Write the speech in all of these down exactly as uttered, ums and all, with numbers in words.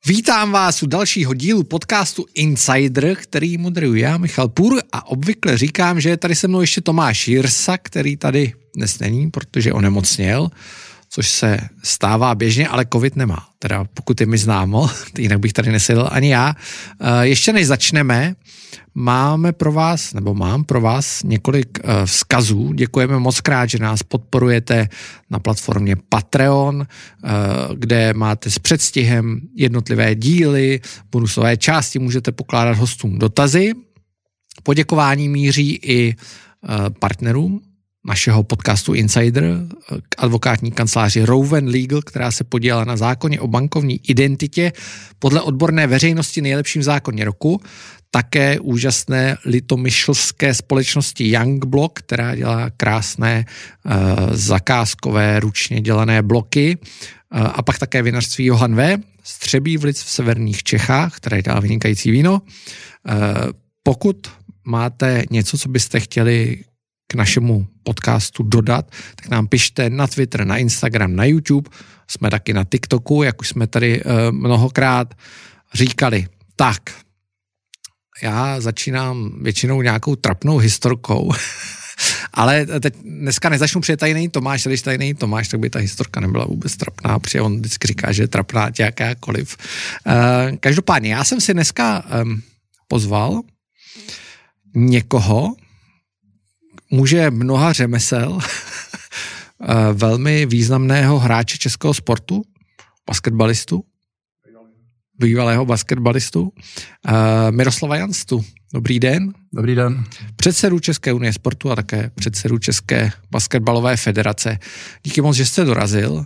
Vítám vás u dalšího dílu podcastu Insider, který moderuji já, Michal Půr, a obvykle říkám, že je tady se mnou ještě Tomáš Jirsa, který tady dnes není, protože onemocněl, což se stává běžně, ale covid nemá. Teda pokud je mi známo, jinak bych tady nesedl ani já. Ještě než začneme, máme pro vás, nebo mám pro vás několik vzkazů. Děkujeme moc krát, že nás podporujete na platformě Patreon, kde máte s předstihem jednotlivé díly, bonusové části, můžete pokládat hostům dotazy. Poděkování míří i partnerům našeho podcastu Insider, k advokátní kanceláři Rowan Legal, která se podílela na zákoně o bankovní identitě podle odborné veřejnosti nejlepším zákoně roku. Také úžasné litomyšlské společnosti Youngblock, která dělá krásné uh, zakázkové ručně dělané bloky. Uh, a pak také vinařství Johan V. Střebívlic v severních Čechách, které dělá vynikající víno. Uh, pokud máte něco, co byste chtěli k našemu podcastu dodat, tak nám pište na Twitter, na Instagram, na YouTube. Jsme taky na TikToku, jak už jsme tady uh, mnohokrát říkali. Tak, já začínám většinou nějakou trapnou historkou, ale teď dneska nezačnu, protože tady není Tomáš, když tady není Tomáš, tak by ta historka nebyla vůbec trapná, protože on vždycky říká, že je trapná jakákoliv. Uh, každopádně, já jsem si dneska um, pozval někoho, muže mnoha řemesel, velmi významného hráče českého sportu, basketbalistu, bývalého basketbalistu, Miroslava Janstu. Dobrý den. Dobrý den. Předsedu České unie sportu a také předsedu České basketbalové federace. Díky moc, že jste dorazil.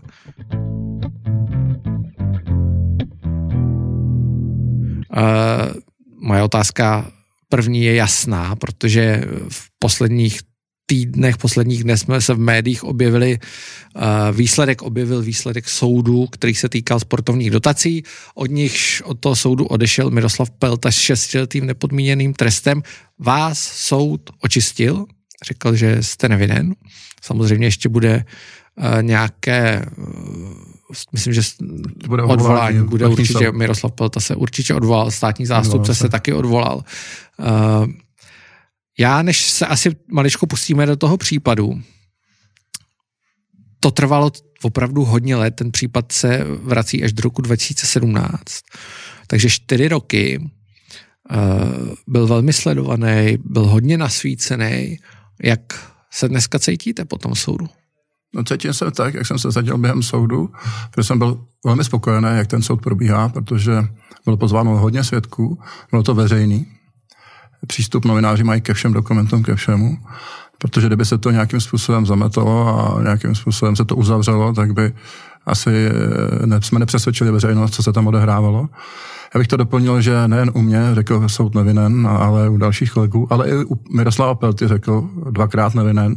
Moje otázka první je jasná, protože v posledních týdnech, posledních dnech jsme se v médiích objevili uh, výsledek, objevil výsledek soudu, který se týkal sportovních dotací. Od nichž od toho soudu odešel Miroslav Pelta s šestiletým nepodmíněným trestem. Vás soud očistil, řekl, že jste nevinen. Samozřejmě ještě bude uh, nějaké, uh, myslím, že bude odvolání, bude určitě, soud. Miroslav Pelta se určitě odvolal, státní zástupce se taky odvolal. Uh, Já, než se asi maličko pustíme do toho případu, to trvalo opravdu hodně let, ten případ se vrací až do roku dva tisíce sedmnáct, takže čtyři roky uh, byl velmi sledovaný, byl hodně nasvícený. Jak se dneska cítíte po tom soudu? No cítím se tak, jak jsem se zaděl během soudu, protože jsem byl velmi spokojený, jak ten soud probíhá, protože bylo pozváno hodně svědků, bylo to veřejný. Přístup novináři mají ke všem dokumentům, ke všemu, protože kdyby se to nějakým způsobem zametalo a nějakým způsobem se to uzavřelo, tak by asi ne, jsme nepřesvědčili veřejnost, co se tam odehrávalo. Já bych to doplnil, že nejen u mě řekl soud nevinen, ale u dalších kolegů, ale i u Miroslava Pelty řekl dvakrát nevinen.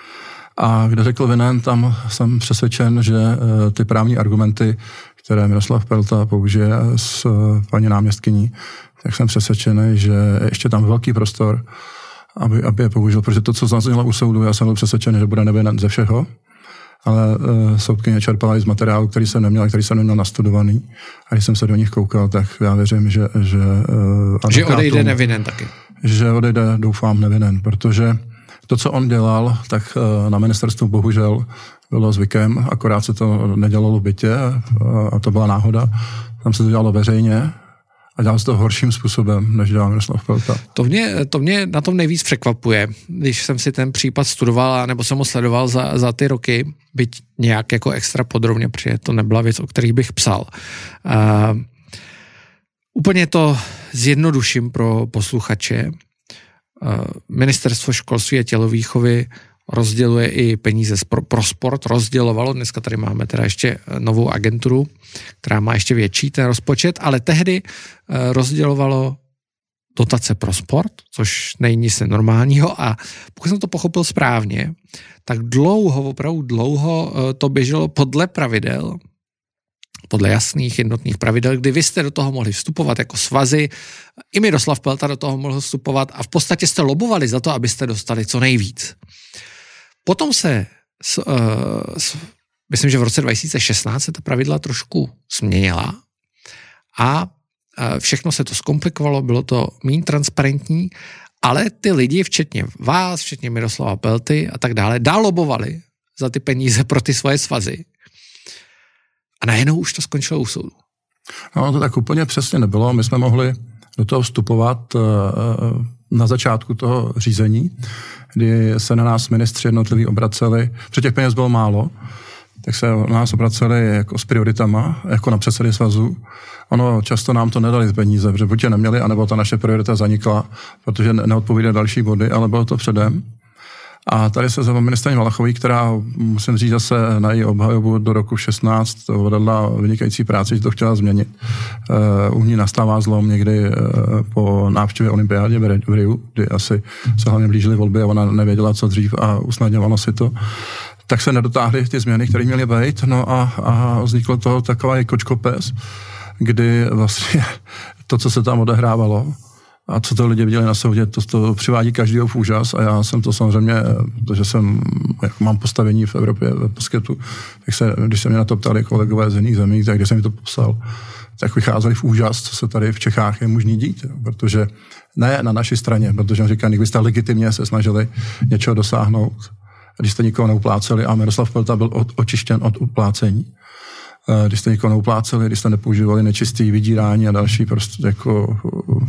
A kde řekl vinen, tam jsem přesvědčen, že ty právní argumenty, které Miroslav Pelta použije s paní náměstkyní, tak jsem přesvědčený, že ještě tam velký prostor, aby, aby je použil, protože to, co zaznělo u soudu, já jsem byl přesvědčený, že bude nevinen ze všeho, ale uh, soudkyně čerpala i z materiálu, který jsem neměl, který jsem neměl nastudovaný, a když jsem se do nich koukal, tak já věřím, že že, uh, že odejde nevinen taky. Že odejde, doufám, nevinen, protože to, co on dělal, tak uh, na ministerstvu bohužel bylo zvykem, akorát se to nedělalo v bytě a, a to byla náhoda. Tam se to dělalo veřejně a dělal se to horším způsobem, než dělal Miroslav Pelta. To mě, to mě na tom nejvíc překvapuje, když jsem si ten případ studoval, nebo jsem ho sledoval za, za ty roky, byť nějak jako extra podrobně, protože to nebyla věc, o kterých bych psal. Uh, úplně to zjednoduším pro posluchače. Uh, Ministerstvo školství a tělovýchovy rozděluje i peníze pro, pro sport, rozdělovalo, dneska tady máme teda ještě novou agenturu, která má ještě větší ten rozpočet, ale tehdy uh, rozdělovalo dotace pro sport, což není nic normálního, a pokud jsem to pochopil správně, tak dlouho, opravdu dlouho uh, to běželo podle pravidel, podle jasných jednotných pravidel, kdy vy jste do toho mohli vstupovat jako svazy, i Miroslav Pelta do toho mohl vstupovat a v podstatě jste lobovali za to, abyste dostali co nejvíc. Potom se, s, uh, s, myslím, že v roce dva tisíce šestnáct se ta pravidla trošku změnila a všechno se to zkomplikovalo, bylo to méně transparentní, ale ty lidi, včetně vás, včetně Miroslava Pelty a tak dále, dál lobovali za ty peníze pro ty svoje svazy. A najednou už to skončilo u soudu. No, to tak úplně přesně nebylo. My jsme mohli do toho vstupovat na začátku toho řízení, kdy se na nás ministři jednotliví obraceli, protože těch peněz bylo málo, tak se na nás obraceli jako s prioritama, jako na předsedy svazu. Ono často nám to nedali z peníze, protože buď je neměli, anebo ta naše priorita zanikla, protože neodpovídaly další body, ale bylo to předem. A tady se za ministryní Valachový, která, musím říct zase na její obhajobu do roku šestnáct odvedla vynikající práci, že to chtěla změnit. Uh, u ní nastává zlom někdy uh, po návštěvě olympiádě v Riu, kdy asi se hlavně blížily volby a ona nevěděla, co dřív a usnadňovalo si to. Tak se nedotáhly ty změny, které měly být, no a, a vzniklo to taková kočkopes, kdy vlastně to, co se tam odehrávalo, a co to lidi viděli na soudě, to, to přivádí každýho v úžas a já jsem to samozřejmě, protože jsem, jak mám postavení v Evropě v basketu, tak se, když se mě na to ptali kolegové z jiných zemí, tak když jsem mi to popsal, tak vycházeli v úžas, co se tady v Čechách je možný dít, jo, protože ne na naší straně, protože on říká, vy jste legitimně se snažili něčeho dosáhnout, když jste nikoho neupláceli a Miroslav Pelta byl od, očištěn od uplácení. Když jste nikoho neupláceli, když jste nepoužívali nečistý vydírání a další prostě jako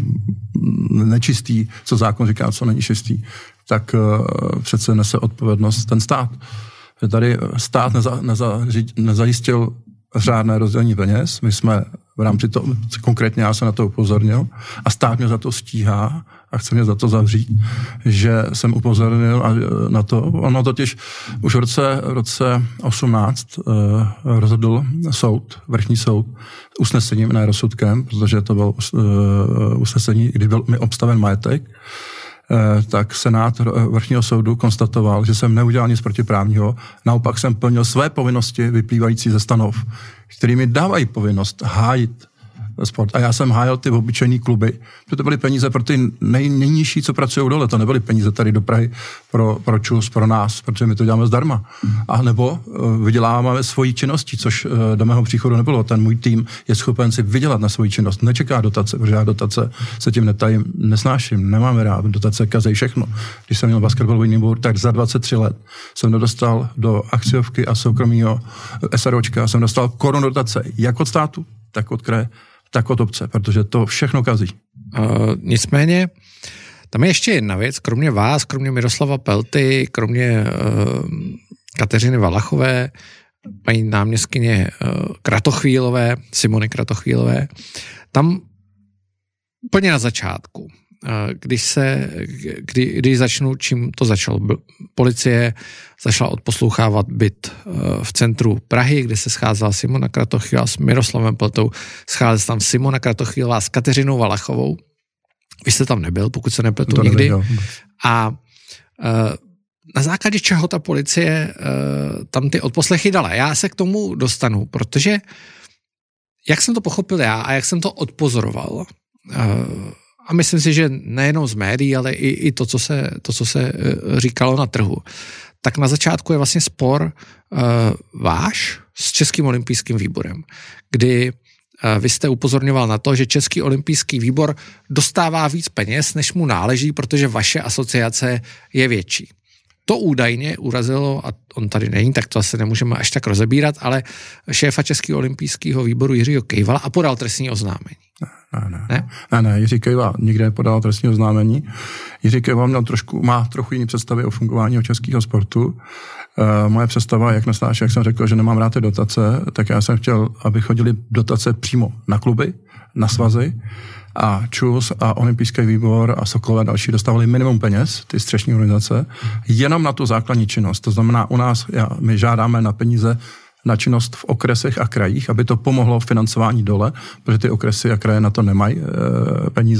nečistý, co zákon říká, co není čistý, tak přece nese odpovědnost ten stát. Tady stát neza, neza, nezajistil řádné rozdělení peněz, my jsme v rámci toho, konkrétně já jsem na to upozornil a stát mě za to stíhá a chce mě za to zavřít, že jsem upozornil na to. Ono totiž už v roce, v roce osmnáct uh, rozhodl soud, vrchní soud, usnesením, ne rozsudkem, protože to bylo uh, usnesení, kdy byl mi obstaven majetek, uh, tak senát vrchního soudu konstatoval, že jsem neudělal nic protiprávního, naopak jsem plnil své povinnosti vyplývající ze stanov, který mi dávají povinnost hájit sport. A já jsem hájil ty obyčejný kluby, protože to byly peníze pro ty nej, nejnižší, co pracují dole. To nebyly peníze tady do Prahy pro, pro ČUS, pro nás, protože my to děláme zdarma. A nebo uh, vyděláváme svoji činnosti, což uh, do mého příchodu nebylo. Ten můj tým je schopen si vydělat na svoji činnost. Nečeká dotace, protože já dotace se tím netajím, nesnáším, nemáme rád. Dotace kazej všechno. Když jsem měl basketbalový výbor, tak za dvacet tři let jsem dostal do akciovky a soukromého SROčka, jsem dostal korun dotace, jak od státu, tak od kraje, tak od obce, protože to všechno kazí. Uh, nicméně, tam je ještě jedna věc, kromě vás, kromě Miroslava Pelty, kromě uh, Kateřiny Valachové, paní náměstkyně uh, Kratochvílové, Simony Kratochvílové, tam úplně na začátku, uh, když se, kdy, když začnu, čím to začalo, policie začala odposlouchávat byt v centru Prahy, kde se scházela Simona Kratochvílová s Miroslavem Peltou, scházela tam Simona Kratochvílová s Kateřinou Valachovou. Vy jste tam nebyl, pokud se nepletu to nikdy. Nebyl. A uh, na základě čeho ta policie uh, tam ty odposlechy dala. Já se k tomu dostanu, protože jak jsem to pochopil já a jak jsem to odpozoroval, uh, a myslím si, že nejenom z médií, ale i, i to, co se, to, co se uh, říkalo na trhu, tak na začátku je vlastně spor uh, váš s Českým olympijským výborem, kdy uh, vy jste upozorňoval na to, že Český olympijský výbor dostává víc peněz, než mu náleží, protože vaše asociace je větší. To údajně urazilo, a on tady není, tak to asi nemůžeme až tak rozebírat, ale šéfa Českého olympijského výboru Jiřího Kejvala a podal trestní oznámení. Ne, ne, ne. ne, ne Jiří Kejva nikde nepodal trestní oznámení. Jiří Kejva měl trošku, má trochu jiný představy o fungování českého sportu. Uh, moje představa, jak nesnáš, jak jsem řekl, že nemám rád ty dotace, tak já jsem chtěl, aby chodili dotace přímo na kluby, na svazy, a ČUS a Olympijský výbor a Sokolové další dostávali minimum peněz, ty střešní organizace, jenom na tu základní činnost. To znamená, u nás já, my žádáme na peníze na činnost v okresech a krajích, aby to pomohlo financování dole, protože ty okresy a kraje na to nemají e, peníze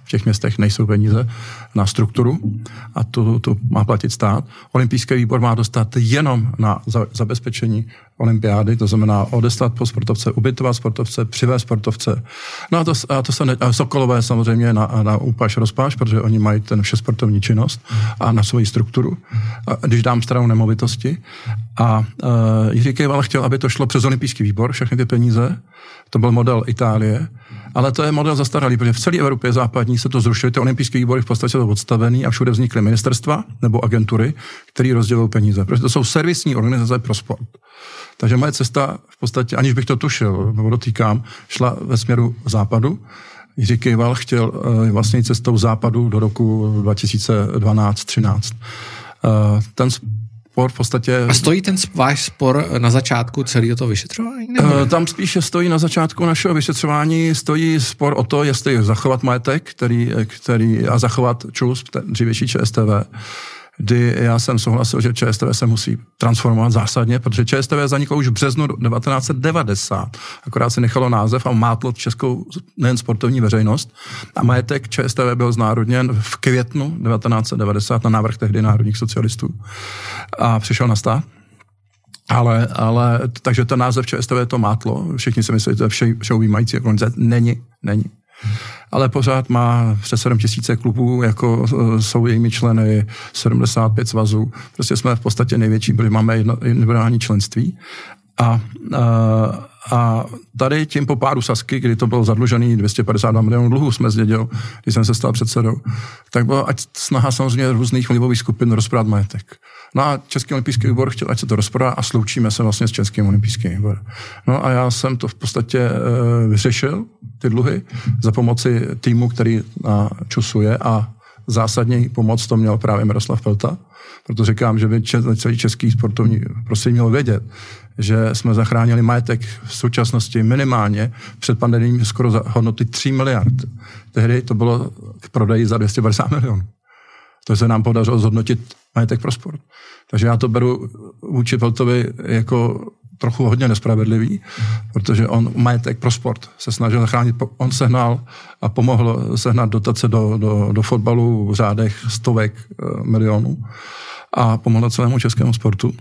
v těch městech nejsou peníze na strukturu a to, to má platit stát. Olympijský výbor má dostat jenom na za, zabezpečení olympiády, to znamená odeslat po sportovce, ubytovat sportovce, přivést sportovce. No a to, a to se ne, a Sokolové samozřejmě na, na úpaš rozpáš, protože oni mají ten všesportovní činnost a na svoji strukturu, a když dám stranou nemovitosti. A uh, Jiří Kejval chtěl, aby to šlo přes olympijský výbor, všechny ty peníze. To byl model Itálie, ale to je model zastaralý, protože v celé Evropě západní se to zrušily, ty olympijské výbory v podstatě jsou odstavený a všude vznikly ministerstva nebo agentury, které rozdělují peníze, protože to jsou servisní organizace pro sport. Takže moje cesta v podstatě, aniž bych to tušil, nebo dotýkám, šla ve směru západu. Jiří Kejval chtěl uh, vlastně cestou západu do roku dva tisíce dvanáct třináct. Uh, ten spor v podstatě... A stojí ten váš spor na začátku celého toho vyšetřování? Nebo? Tam spíše stojí na začátku našeho vyšetřování, stojí spor o to, jestli zachovat majetek, který, který a zachovat ČUS, dřívější ČSTV, kdy já jsem souhlasil, že ČSTV se musí transformovat zásadně, protože ČSTV zaniklo už v březnu devatenáct set devadesát. Akorát se nechalo název a mátlo českou nejen sportovní veřejnost. A majetek ČSTV byl znárodněn v květnu devatenáct set devadesát na návrh tehdy národních socialistů. A přišel na stát. Ale, ale, takže ten název ČSTV to mátlo. Všichni si myslí, že to je vše, všeobjímající organizace. Není, není. Ale pořád má přes sedm tisíc klubů, jako jsou jejími členy, sedmdesát pět svazů. Prostě jsme v podstatě největší, protože máme individuální členství. A, a, a tady tím po pádu Sazky, kdy to bylo zadlužený dvě stě padesát dva milionů dluhů, jsme zdědil, když jsem se stal předsedou, tak byla ať snaha samozřejmě různých vlivových skupin rozprodat majetek. No a Český olympijský výbor chtěl, ať se to rozprodá a sloučíme se vlastně s Českým olympijským výborem. No a já jsem to v podstatě e, vyřešil, ty dluhy, za pomoci týmu, který na ČUSu je a zásadní pomoc to měl právě Miroslav Pelta, protože říkám, že by celý český sportovní prostředí měl vědět, že jsme zachránili majetek v současnosti minimálně před pandemií skoro za hodnoty tři miliard. Tehdy to bylo k prodeji za dvě stě padesát milionů. To se nám podařilo zhodnotit majetek pro sport. Takže já to beru vůči Peltovi jako trochu hodně nespravedlivý, protože on majetek pro sport se snažil zachránit, on sehnal a pomohl sehnat dotace do, do, do fotbalu v řádech stovek e, milionů a pomohl celému českému sportu,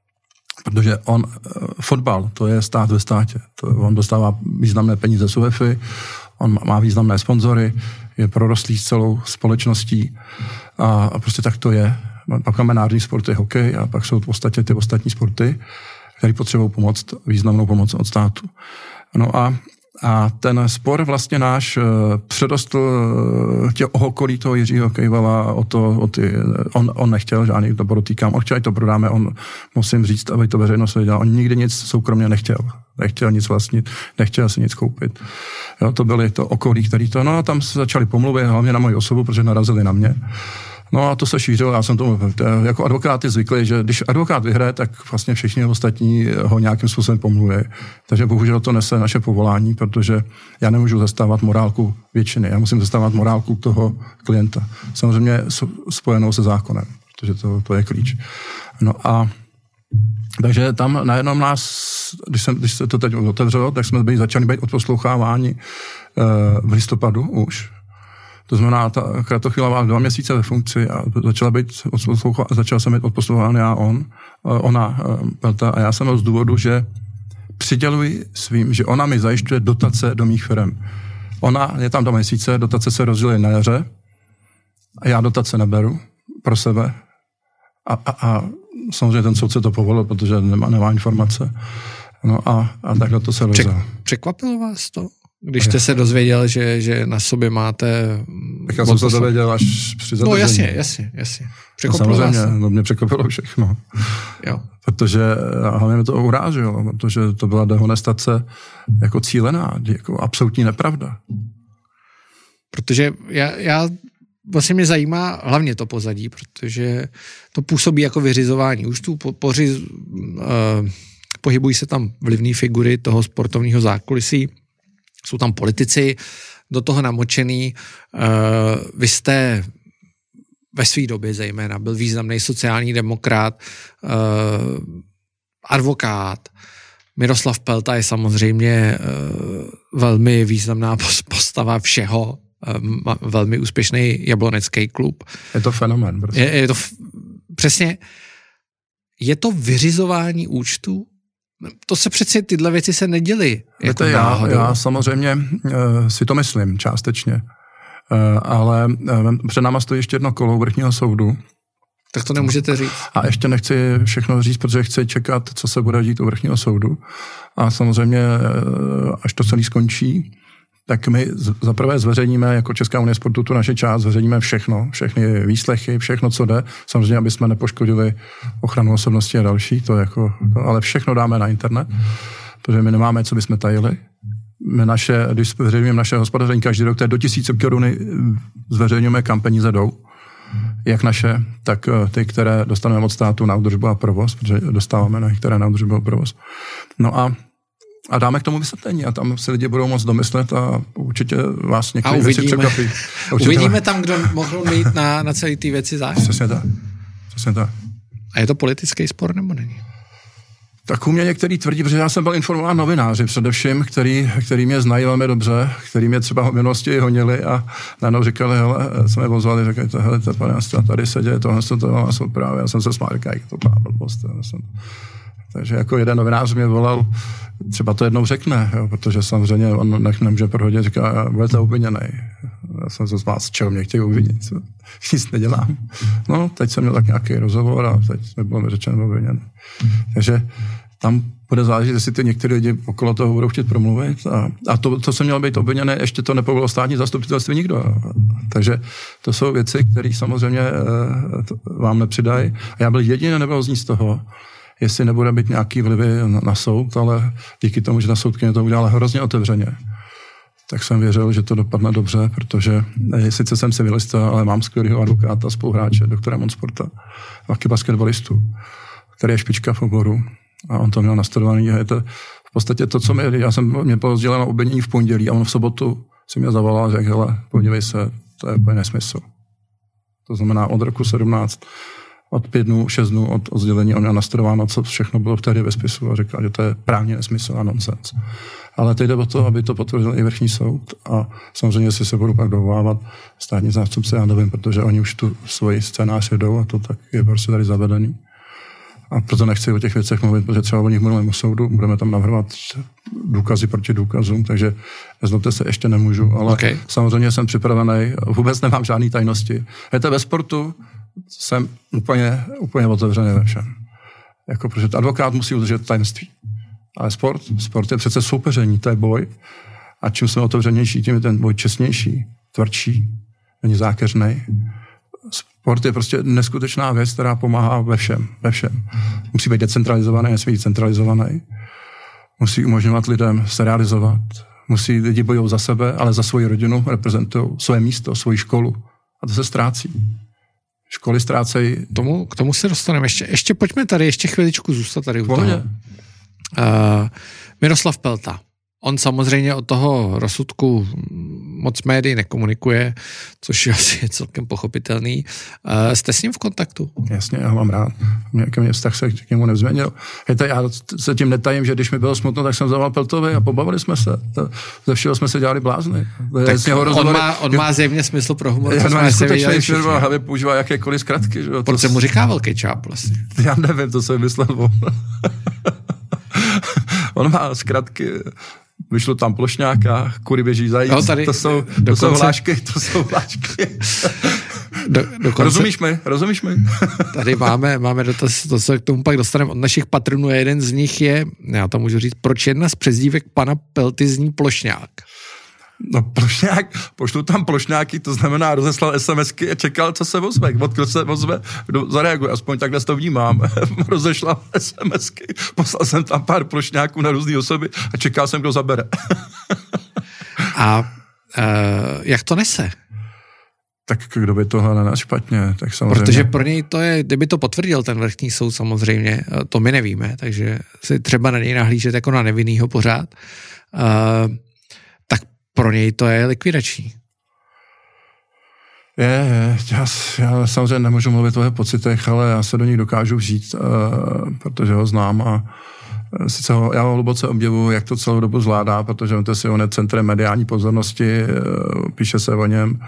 protože on, e, fotbal, to je stát ve státě, to, on dostává významné peníze z UEFI, on má významné sponzory, je prorostlý s celou společností a, a prostě tak to je. Pak máme národní sporty, hokej a pak jsou v podstatě ty ostatní sporty, který potřebují pomoc, významnou pomoc od státu. No a, a ten spor vlastně náš uh, předostl uh, tě okolí toho Jiřího Kejvala o to, o ty, on, on nechtěl žádný, to podotýkám, on chtěl, ať to prodáme, on, musím říct, aby to veřejnost věděla, on nikdy nic soukromně nechtěl. Nechtěl nic vlastnit, nechtěl si nic koupit. Jo, to byly to okolí, který to, no a tam se začali pomluvy, hlavně na moji osobu, protože narazili na mě. No a to se šířilo, já jsem tomu, jako advokát je zvyklý, že když advokát vyhraje, tak vlastně všichni ostatní ho nějakým způsobem pomluví. Takže bohužel to nese naše povolání, protože já nemůžu zastávat morálku většiny, já musím zastávat morálku toho klienta. Samozřejmě spojenou se zákonem, protože to, to je klíč. No a takže tam najednou nás, když, jsem, když se to teď otevřelo, tak jsme byli začali být odposloucháváni uh, v listopadu už. To znamená, ta Kratochvílová dva měsíce ve funkci a začala být začal jsem být odposlouchán já on, ona Pelta a já jsem byl z důvodu, že přiděluji svým, že ona mi zajišťuje dotace do mých firem. Ona je tam dva měsíce, dotace se rozdělí na jaře a já dotace neberu pro sebe a, a, a samozřejmě ten soudce to povolil, protože nemá, nemá informace. No a, a takhle to se rozdělilo. Překvapilo vás to? Když jste se dozvěděl, že, že na sobě máte... Tak já jsem se dověděl až při zadržení. No jasně, jasně, jasně. Překvapilo no, samozřejmě, no, mě překvapilo všechno. Jo. Protože hlavně mě to urážilo, protože to byla dehonestace jako cílená, jako absolutní nepravda. Protože já, já vlastně mě zajímá hlavně to pozadí, protože to působí jako vyřizování účtů, po, pořiz, uh, pohybují se tam vlivné figury toho sportovního zákulisí, jsou tam politici, do toho namočený. Uh, vy jste ve své době zejména byl významný sociální demokrat, uh, advokát. Miroslav Pelta je samozřejmě uh, velmi významná postava všeho, velmi úspěšný jablonecký klub. Je to fenomén. Prostě. Je, je to f- přesně, je to vyřizování účtu. To se přeci, tyhle věci se neděly. Jako já, já samozřejmě uh, si to myslím částečně, uh, ale uh, před náma stojí ještě jedno kolo vrchního soudu. Tak to nemůžete říct. A ještě nechci všechno říct, protože chci čekat, co se bude dít u vrchního soudu. A samozřejmě, uh, až to celý skončí, tak my zaprvé zveřejníme jako Česká unie sportu tu naši část, zveřejníme všechno, všechny výslechy, všechno, co jde. Samozřejmě, aby jsme nepoškodili ochranu osobnosti a další, to jako, to, ale všechno dáme na internet, protože my nemáme, co bychom tajili. My naše, když zveřejňujeme naše hospodaření každý rok, to je do tisíce koruny zveřejňujeme, kam peníze jdou. Jak naše, tak ty, které dostaneme od státu na údržbu a provoz, protože dostáváme na některé na údržbu a provoz. No a A dáme k tomu vysvětlení a tam se lidi budou moc domyslet a určitě vás některé věci překvapí. Uvidíme tam, kdo mohl mít na, na celé ty věci zájem. Přesně tak. Přesně tak. A je to politický spor nebo není? Tak u mě některý tvrdí, protože já jsem byl informován novináři především, který, který mě znají velmi dobře, který mě třeba v minulosti honili a najednou říkali, hele, jsme je pozvali, říkali, hele, pane, tady se děje tohle, to vás právě, já jsem se smál, říkal, jak to byla blbost. Takže jako jeden novinář mě volal, třeba to jednou řekne, jo, protože samozřejmě on nech nemůže prohodit, říká, budete obviněnej. Já jsem se z vás, čeho mě chtějí obvinit, nic nedělám. No, teď jsem měl tak nějaký rozhovor a teď mi bylo mi řečeno obviněný. Takže tam bude záležet, jestli ty některé lidi okolo toho budou chtět promluvit. A, a to, co jsem měl být obviněný, ještě to nepovolilo státní zastupitelství nikdo. Takže to jsou věci, které samozřejmě vám nepřidají. A já byl jediný nebojozní z toho, jestli nebude být nějaký vlivy na, na soud, ale díky tomu, že ta soudkyně to udělala hrozně otevřeně, tak jsem věřil, že to dopadne dobře, protože sice jsem si vylistil, ale mám skvělého advokáta, spoluhráče, doktora Monsporta, taky basketbalistů, který je špička v oboru a on to měl nastudovaný. A je to v podstatě to, co mi, já jsem mě bylo sděleno obvinění v pondělí a on v sobotu si mě zavolal a řekl, hele, podívej se, to je úplně nesmysl. To znamená od roku sedmnáct od pět dnů, šest dnů od oddělení on měl nastudováno, co všechno bylo vtedy ve spisu a říkal, že to je právně nesmysl a nonsens. Ale teď jde o to, aby to potvrdil i vrchní soud a samozřejmě, jestli se budu pak dovolávat státní zástupce, já nevím, protože oni už tu svoji scénář jedou a to tak je prostě tady zavedený. A proto nechci o těch věcech mluvit, protože třeba o nich mluvíme u soudu, budeme tam navrhovat důkazy proti důkazům, takže nezlobte se, ještě nemůžu, ale okay. Samozřejmě jsem připravený, vůbec nemám žádný tajnosti. Víte, ve sportu jsem úplně, úplně otevřený ve všem. Jako, protože advokát musí udržet tajemství. Ale sport, sport je přece soupeření, to je boj. A čím jsme otevřenější, tím je ten boj čestnější, tvrdší, není zákeřnej. Sport je prostě neskutečná věc, která pomáhá ve všem, ve všem. Musí být decentralizovaný, nesmí být centralizovaný. Musí umožňovat lidem se realizovat. Musí lidi bojovat za sebe, ale za svoji rodinu, reprezentují své místo, svoji školu. A to se ztrácí. Školy ztrácejí. Tomu, k tomu se dostaneme. Ještě, ještě pojďme tady, ještě chviličku zůstat tady u toho. Uh, Miroslav Pelta. On samozřejmě od toho rozsudku moc médií nekomunikuje, což je asi celkem pochopitelný. Uh, jste s ním v kontaktu? Jasně, já ho mám rád. Ke mně vztah se k němu nevzměnil. Hejte, já se tím netajím, že když mi bylo smutno, tak jsem zavolal Peltovi a pobavili jsme se. Ze všeho jsme se dělali blázny. On má, on má zjevně smysl pro humor. Já mám skutečný firma, hlavě používá jakékoliv zkratky. Že? Proč se mu říká velký čáp vlastně? Já nevím, to jsem myslel on. On má zkratky. Vyšlo tam plošňáka, kury běží zajíc, no, tady, to jsou, to dokonce, jsou hlášky, to jsou hlášky. Do, dokonce, rozumíš mi, rozumíš mi? Tady máme, máme dotaz, to se k tomu pak dostaneme od našich patronů, jeden z nich je, já to můžu říct, proč jedna z přezdívek pana Pelty zní plošňák? No plošňák, pošlu tam plošňáky, to znamená rozeslal SMSky a čekal, co se ozve. Odkud se ozve, kdo zareaguje, aspoň takhle to vnímám. Rozešlal SMSky, poslal jsem tam pár plošňáků na různé osoby a čekal jsem, kdo zabere. A uh, jak to nese? Tak kdo by tohle nenas špatně, tak samozřejmě. Protože pro něj to je, kdyby to potvrdil ten vrchní soud samozřejmě, to my nevíme, takže si třeba na něj nahlížet jako na nevinnýho pořád. Uh, Pro něj to je likvidační. Je, je. Já, já samozřejmě nemůžu mluvit o jeho pocitech, ale já se do nich dokážu vžít, uh, protože ho znám a sice ho, já ho hluboce obdivuji, jak to celou dobu zvládá, protože on to si on je centrem mediální pozornosti, píše se o něm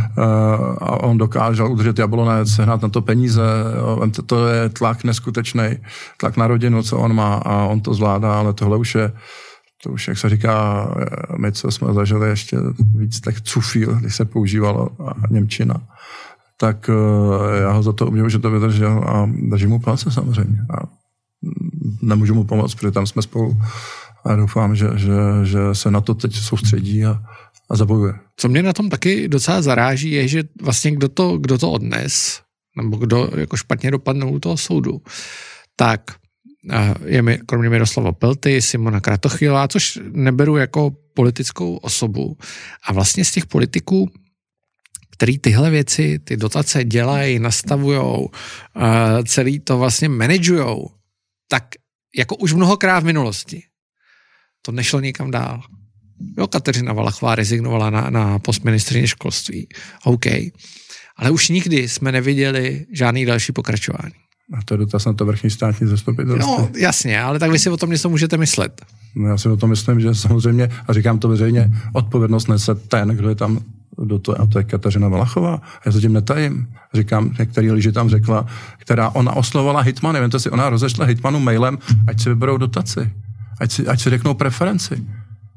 a on dokáže udržet Jablonec, sehnat na to peníze, to je tlak neskutečný, tlak na rodinu, co on má a on to zvládá, ale tohle už je, to už, jak se říká, my, co jsme zažili ještě víc těch cufíl, když se používalo němčina, tak já ho za to obdivuji, že to vydržel a držím mu palce samozřejmě. A nemůžu mu pomoct, protože tam jsme spolu a doufám, že, že, že se na to teď soustředí a, a zabojuje. Co mě na tom taky docela zaráží, je, že vlastně kdo to, kdo to odnes, nebo kdo jako špatně dopadnul u toho soudu, tak je mi, kromě Miroslava Pelty, Simona Kratochvílová, což neberu jako politickou osobu. A vlastně z těch politiků, který tyhle věci, ty dotace dělají, nastavujou, celý to vlastně manažujou, tak jako už mnohokrát v minulosti to nešlo nikam dál. Jo, Kateřina Valachová rezignovala na, na post ministryně školství. OK. Ale už nikdy jsme neviděli žádný další pokračování. A to je dotaz na to vrchní státní zastupitelství. No, jasně, ale tak vy si o tom něco můžete myslet. No, já si o tom myslím, že samozřejmě, a říkám to veřejně, odpovědnost nese ten, kdo je tam do toho, a to je Kateřina Valachová. Já se tím netajím. Říkám, který lži tam řekla, která ona oslovovala hitmany. Vemte si, ona rozešla hitmanu mailem, ať si vyberou dotaci. Ať si, ať si řeknou preferenci.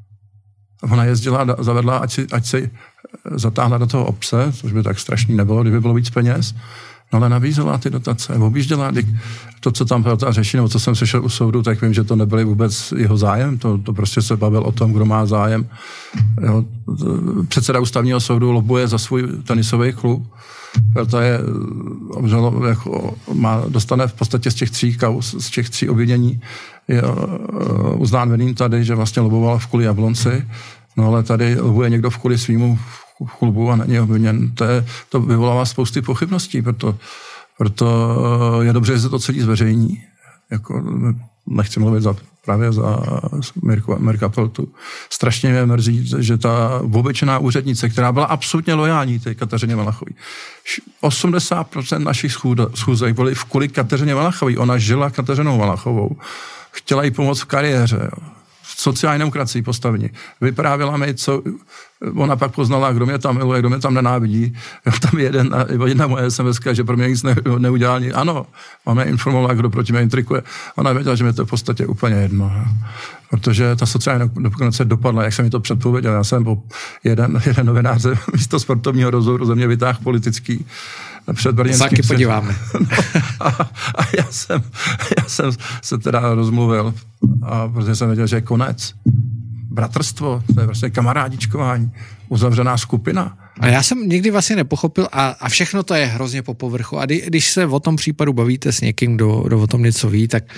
Ona jezdila, zavedla, ať si, ať si zatáhla do toho obce, což by tak strašný nebylo, kdyby bylo víc peněz. No ale nabízela ty dotace, objížděla. To, co tam ta řeší, nebo co jsem slyšel u soudu, tak vím, že to nebyly vůbec jeho zájem, to, to prostě se bavil o tom, kdo má zájem. Jo, předseda ústavního soudu lobuje za svůj tenisový klub, proto je, obžalo, jako, má, dostane v podstatě z těch tří kauz, z těch tří obvinění, je uznán vinným tady, že vlastně loboval v kvůli Jablonci, no ale tady lobuje někdo v kvůli svýmu klubu a není obviněn. To, je, to vyvolává spousty pochybností, proto, proto je dobře, že se to celý zveřejní. Jako, nechci mluvit za, právě za Mirka Peltu. Strašně mě mrzí, že ta obyčejná úřednice, která byla absolutně lojální té Kateřině Valachové, osmdesát procent našich schůzek byly v kvůli Kateřině Valachové. Ona žila Kateřinou Valachovou. Chtěla jí pomoct v kariéře. Jo. Sociální demokracii postavení. Vyprávěla mi, co ona pak poznala, kdo mě tam miluje, kdo mě tam nenávidí. Tam je jeden, jedna moje es em eska, že pro mě nic ne, neudělal. Ano, ona mě informovala, kdo proti mě intrikuje. Ona věděla, že mi to v podstatě úplně jedno. Protože ta sociální demokracie dopadla, jak jsem mi to předpověděl. Já jsem po jeden, jeden novinář místo sportovního rozhovoru ze mě vytáhl politický před brněnským. Taky podíváme. No, a, a já, jsem, já jsem se teda rozmluvil, a protože jsem věděl, že je konec. Bratrstvo, to je vlastně kamarádičkování, uzavřená skupina. A já jsem nikdy vlastně nepochopil a, a všechno to je hrozně po povrchu. A kdy, když se o tom případu bavíte s někým, kdo, kdo o tom něco ví, tak,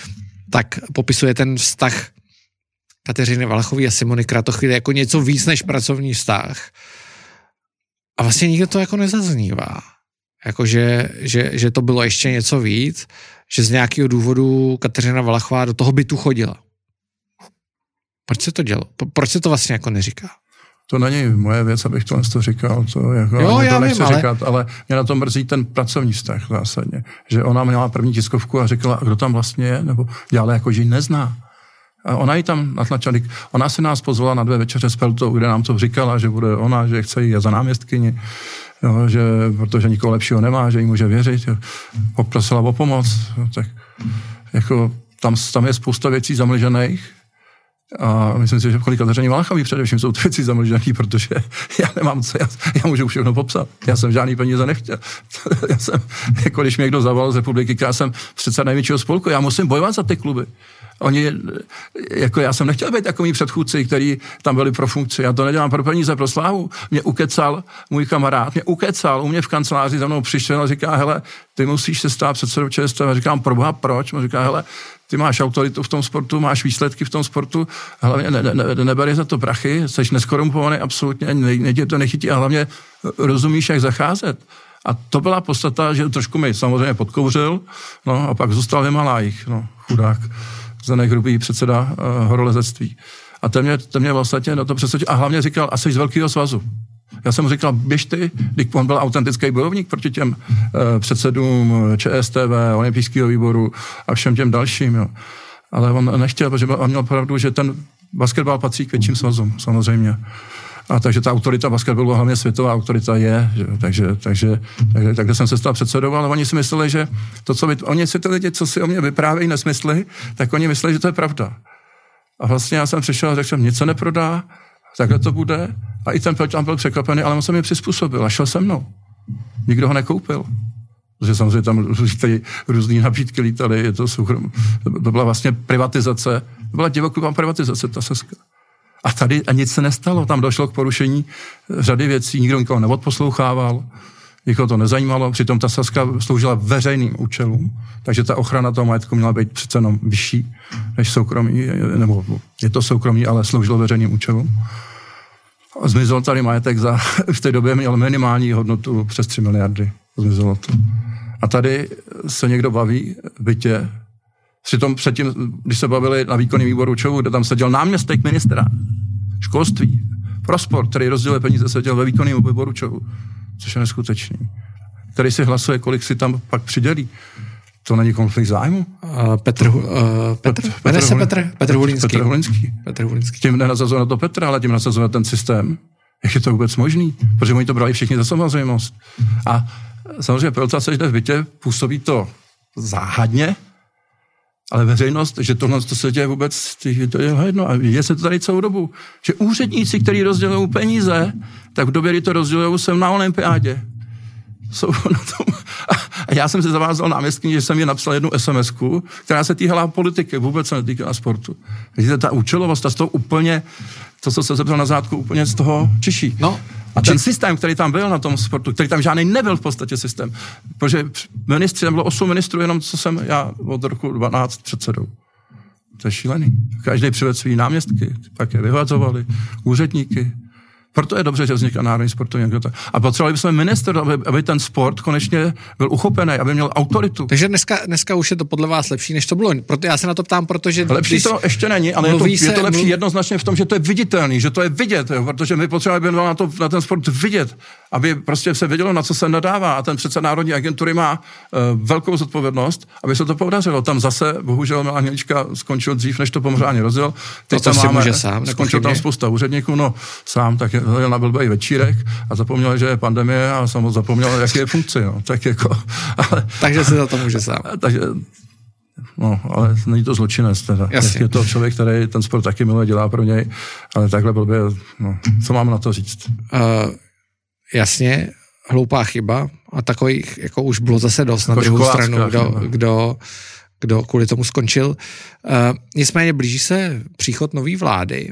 tak popisuje ten vztah Kateřiny Valachové a Simony Kratochvíly jako něco víc než pracovní vztah. A vlastně nikdo to jako nezaznívá. Jakože, že, že to bylo ještě něco víc, že z nějakého důvodu Kateřina Valachová do toho bytu chodila. Proč se to dělo? Proč se to vlastně jako neříká? To není moje věc, abych to to říkal, to jako jo, já to nechci vím, ale... říkat, ale mě na tom mrzí ten pracovní vztah zásadně, že ona měla první tiskovku a řekla, kdo tam vlastně je, nebo dělala jako, že ji nezná. A ona ji tam natlačila, ona se nás pozvala na dvě večeře s Peltou, kde nám to říkala, že bude ona, že chce jít za náměstkyni, jo, že, protože nikoho lepšího nemá, že jí může věřit, jo. Poprosila o pomoc, jo, tak jako tam, tam je spousta věcí zamlžených a myslím si, že kolik Kateřině Valachové především jsou ty věci zamlžený, protože já nemám co, já, já můžu všechno popsat. Já jsem žádný peníze nechtěl. Já jsem, jako když mě někdo zavolal z republiky, já jsem předseda největšího spolku, já musím bojovat za ty kluby. Oni, jako já jsem nechtěl být takový předchůdci, který tam byli pro funkci. Já to nedělám pro peníze, pro slávu. Mě ukecal můj kamarád, mě ukecal, u mě v kanceláři za mnou přišel a říká, hele, ty musíš se stát předsedou ČSSD. A říkám, proboha, proč? A říká, hele, ty máš autoritu v tom sportu, máš výsledky v tom sportu, hlavně ne, ne, ne, neberi za to prachy, jsi neskorumpovaný absolutně, nejde to nechytí a hlavně rozumíš, jak zacházet. A to byla podstata, že trošku mi samozřejmě podkouřil, no a pak zůstal v Himalájích, no, chudák. Zdeněk Hrubý, předseda uh, horolezectví. A ten mě, ten mě vlastně na to přesvědčil. A hlavně říkal, a jsi z Velkého svazu. Já jsem mu říkal, běž ty, když on byl autentický bojovník proti těm uh, předsedům ČSTV, olympijského výboru a všem těm dalším. Jo. Ale on nechtěl, protože on měl pravdu, že ten basketbal patří k větším svazům, samozřejmě. A takže ta autorita basketbalu, hlavně světová autorita je, že, takže, takže, takže takhle jsem se stal předsedou, ale oni si mysleli, že to, co by, oni si ty lidi, co si o mě vyprávějí nesmysly, tak oni mysleli, že to je pravda. A vlastně já jsem přišel a řekl jsem, nic se neprodá, takhle to bude. A i ten tam byl překvapený, ale on se mi přizpůsobil a šel se mnou. Nikdo ho nekoupil. Protože samozřejmě tam různý nabídky lítaly, je to soukromé. To byla vlastně privatizace, to byla divoklubá privatizace, ta Sazka. A tady a nic se nestalo, tam došlo k porušení řady věcí, nikdo nikoho neodposlouchával, nikoho to nezajímalo, přitom ta Sazka sloužila veřejným účelům, takže ta ochrana toho majetku měla být přece jenom vyšší než soukromí, nebo je to soukromí, ale sloužilo veřejným účelům. Zmizel tady majetek za, v té době měl minimální hodnotu přes tři miliardy. Zmizelo to. A tady se někdo baví v bytě. Přitom předtím, když se bavili na výkonném výboru ČOVu, kde tam seděl náměstek ministra školství pro sport, který rozděluje peníze, seděl ve výkonném výboru ČOVu, což je neskutečný. Který si hlasuje, kolik si tam pak přidělí. To není konflikt zájmu? Uh, Petr, uh, Petr, Petr, Petr, se Petr, Petr Hulinský. Petr Hulinský. Petr Hulinský. Tím nenasazuje na to Petra, ale tím nasazuje na ten systém. Jak je to vůbec možný? Protože oni to brali všichni za samozřejmost. A samozřejmě pelca se jde v bytě, působí to záhadně, ale veřejnost, že tohle to se děje vůbec, to je jedno. A je se to tady celou dobu. Že úředníci, kteří rozdělují peníze, tak v době, kdy to rozdělují, jsem na olympiádě. Jsou na tom. A já jsem se zavázal náměstkyni, že jsem je napsal jednu SMSku, která se týkala politiky, vůbec se netýkala sportu. Vidíte, ta účelovost, ta z toho úplně, to, co se zeptal na zátku, úplně z toho čiší. No, a ten či... systém, který tam byl na tom sportu, který tam žádný nebyl v podstatě systém, protože ministři, tam bylo osm ministrů, jenom co jsem já od roku dvanáct předsedou. To je šílený. Každý přivedl svý náměstky, pak je vyhadzovali, úředníky. Proto je dobře, že vznikl Národní sportovní agentura. A potřebovali bychom minister, aby, aby ten sport konečně byl uchopený, aby měl autoritu. Takže dneska, dneska už je to podle vás lepší, než to bylo. Proto já se na to ptám, protože... Lepší to ještě není, ale je to, se, je to lepší mluv... jednoznačně v tom, že to je viditelný, že to je vidět, jo, protože my potřebujeme na, to, na ten sport vidět, aby prostě se vědělo, na co se nadává. A ten předseda Národní agentury má uh, velkou zodpovědnost, aby se to podařilo. Tam zase, bohužel, Milan Hnilička skončil dřív, než to pomřádně rozjel. Teď to tam máme, sám, skončil tam spousta úředníků, no sám, tak jel na blbej večírek a zapomněl, že je pandemie a samozřejmě zapomněl, jaký je funkci, no. Tak jako, ale, takže se za to může sám. Takže, no, ale není to zločinec teda. Jasně. Je to člověk, který ten sport taky miluje, dělá pro něj, ale takhle blbě, no, co mám na to říct? Uh, jasně, hloupá chyba a takových jako už bylo zase dost jako na druhou stranu, kdo, kdo, kdo kvůli tomu skončil. Uh, nicméně blíží se příchod nový vlády.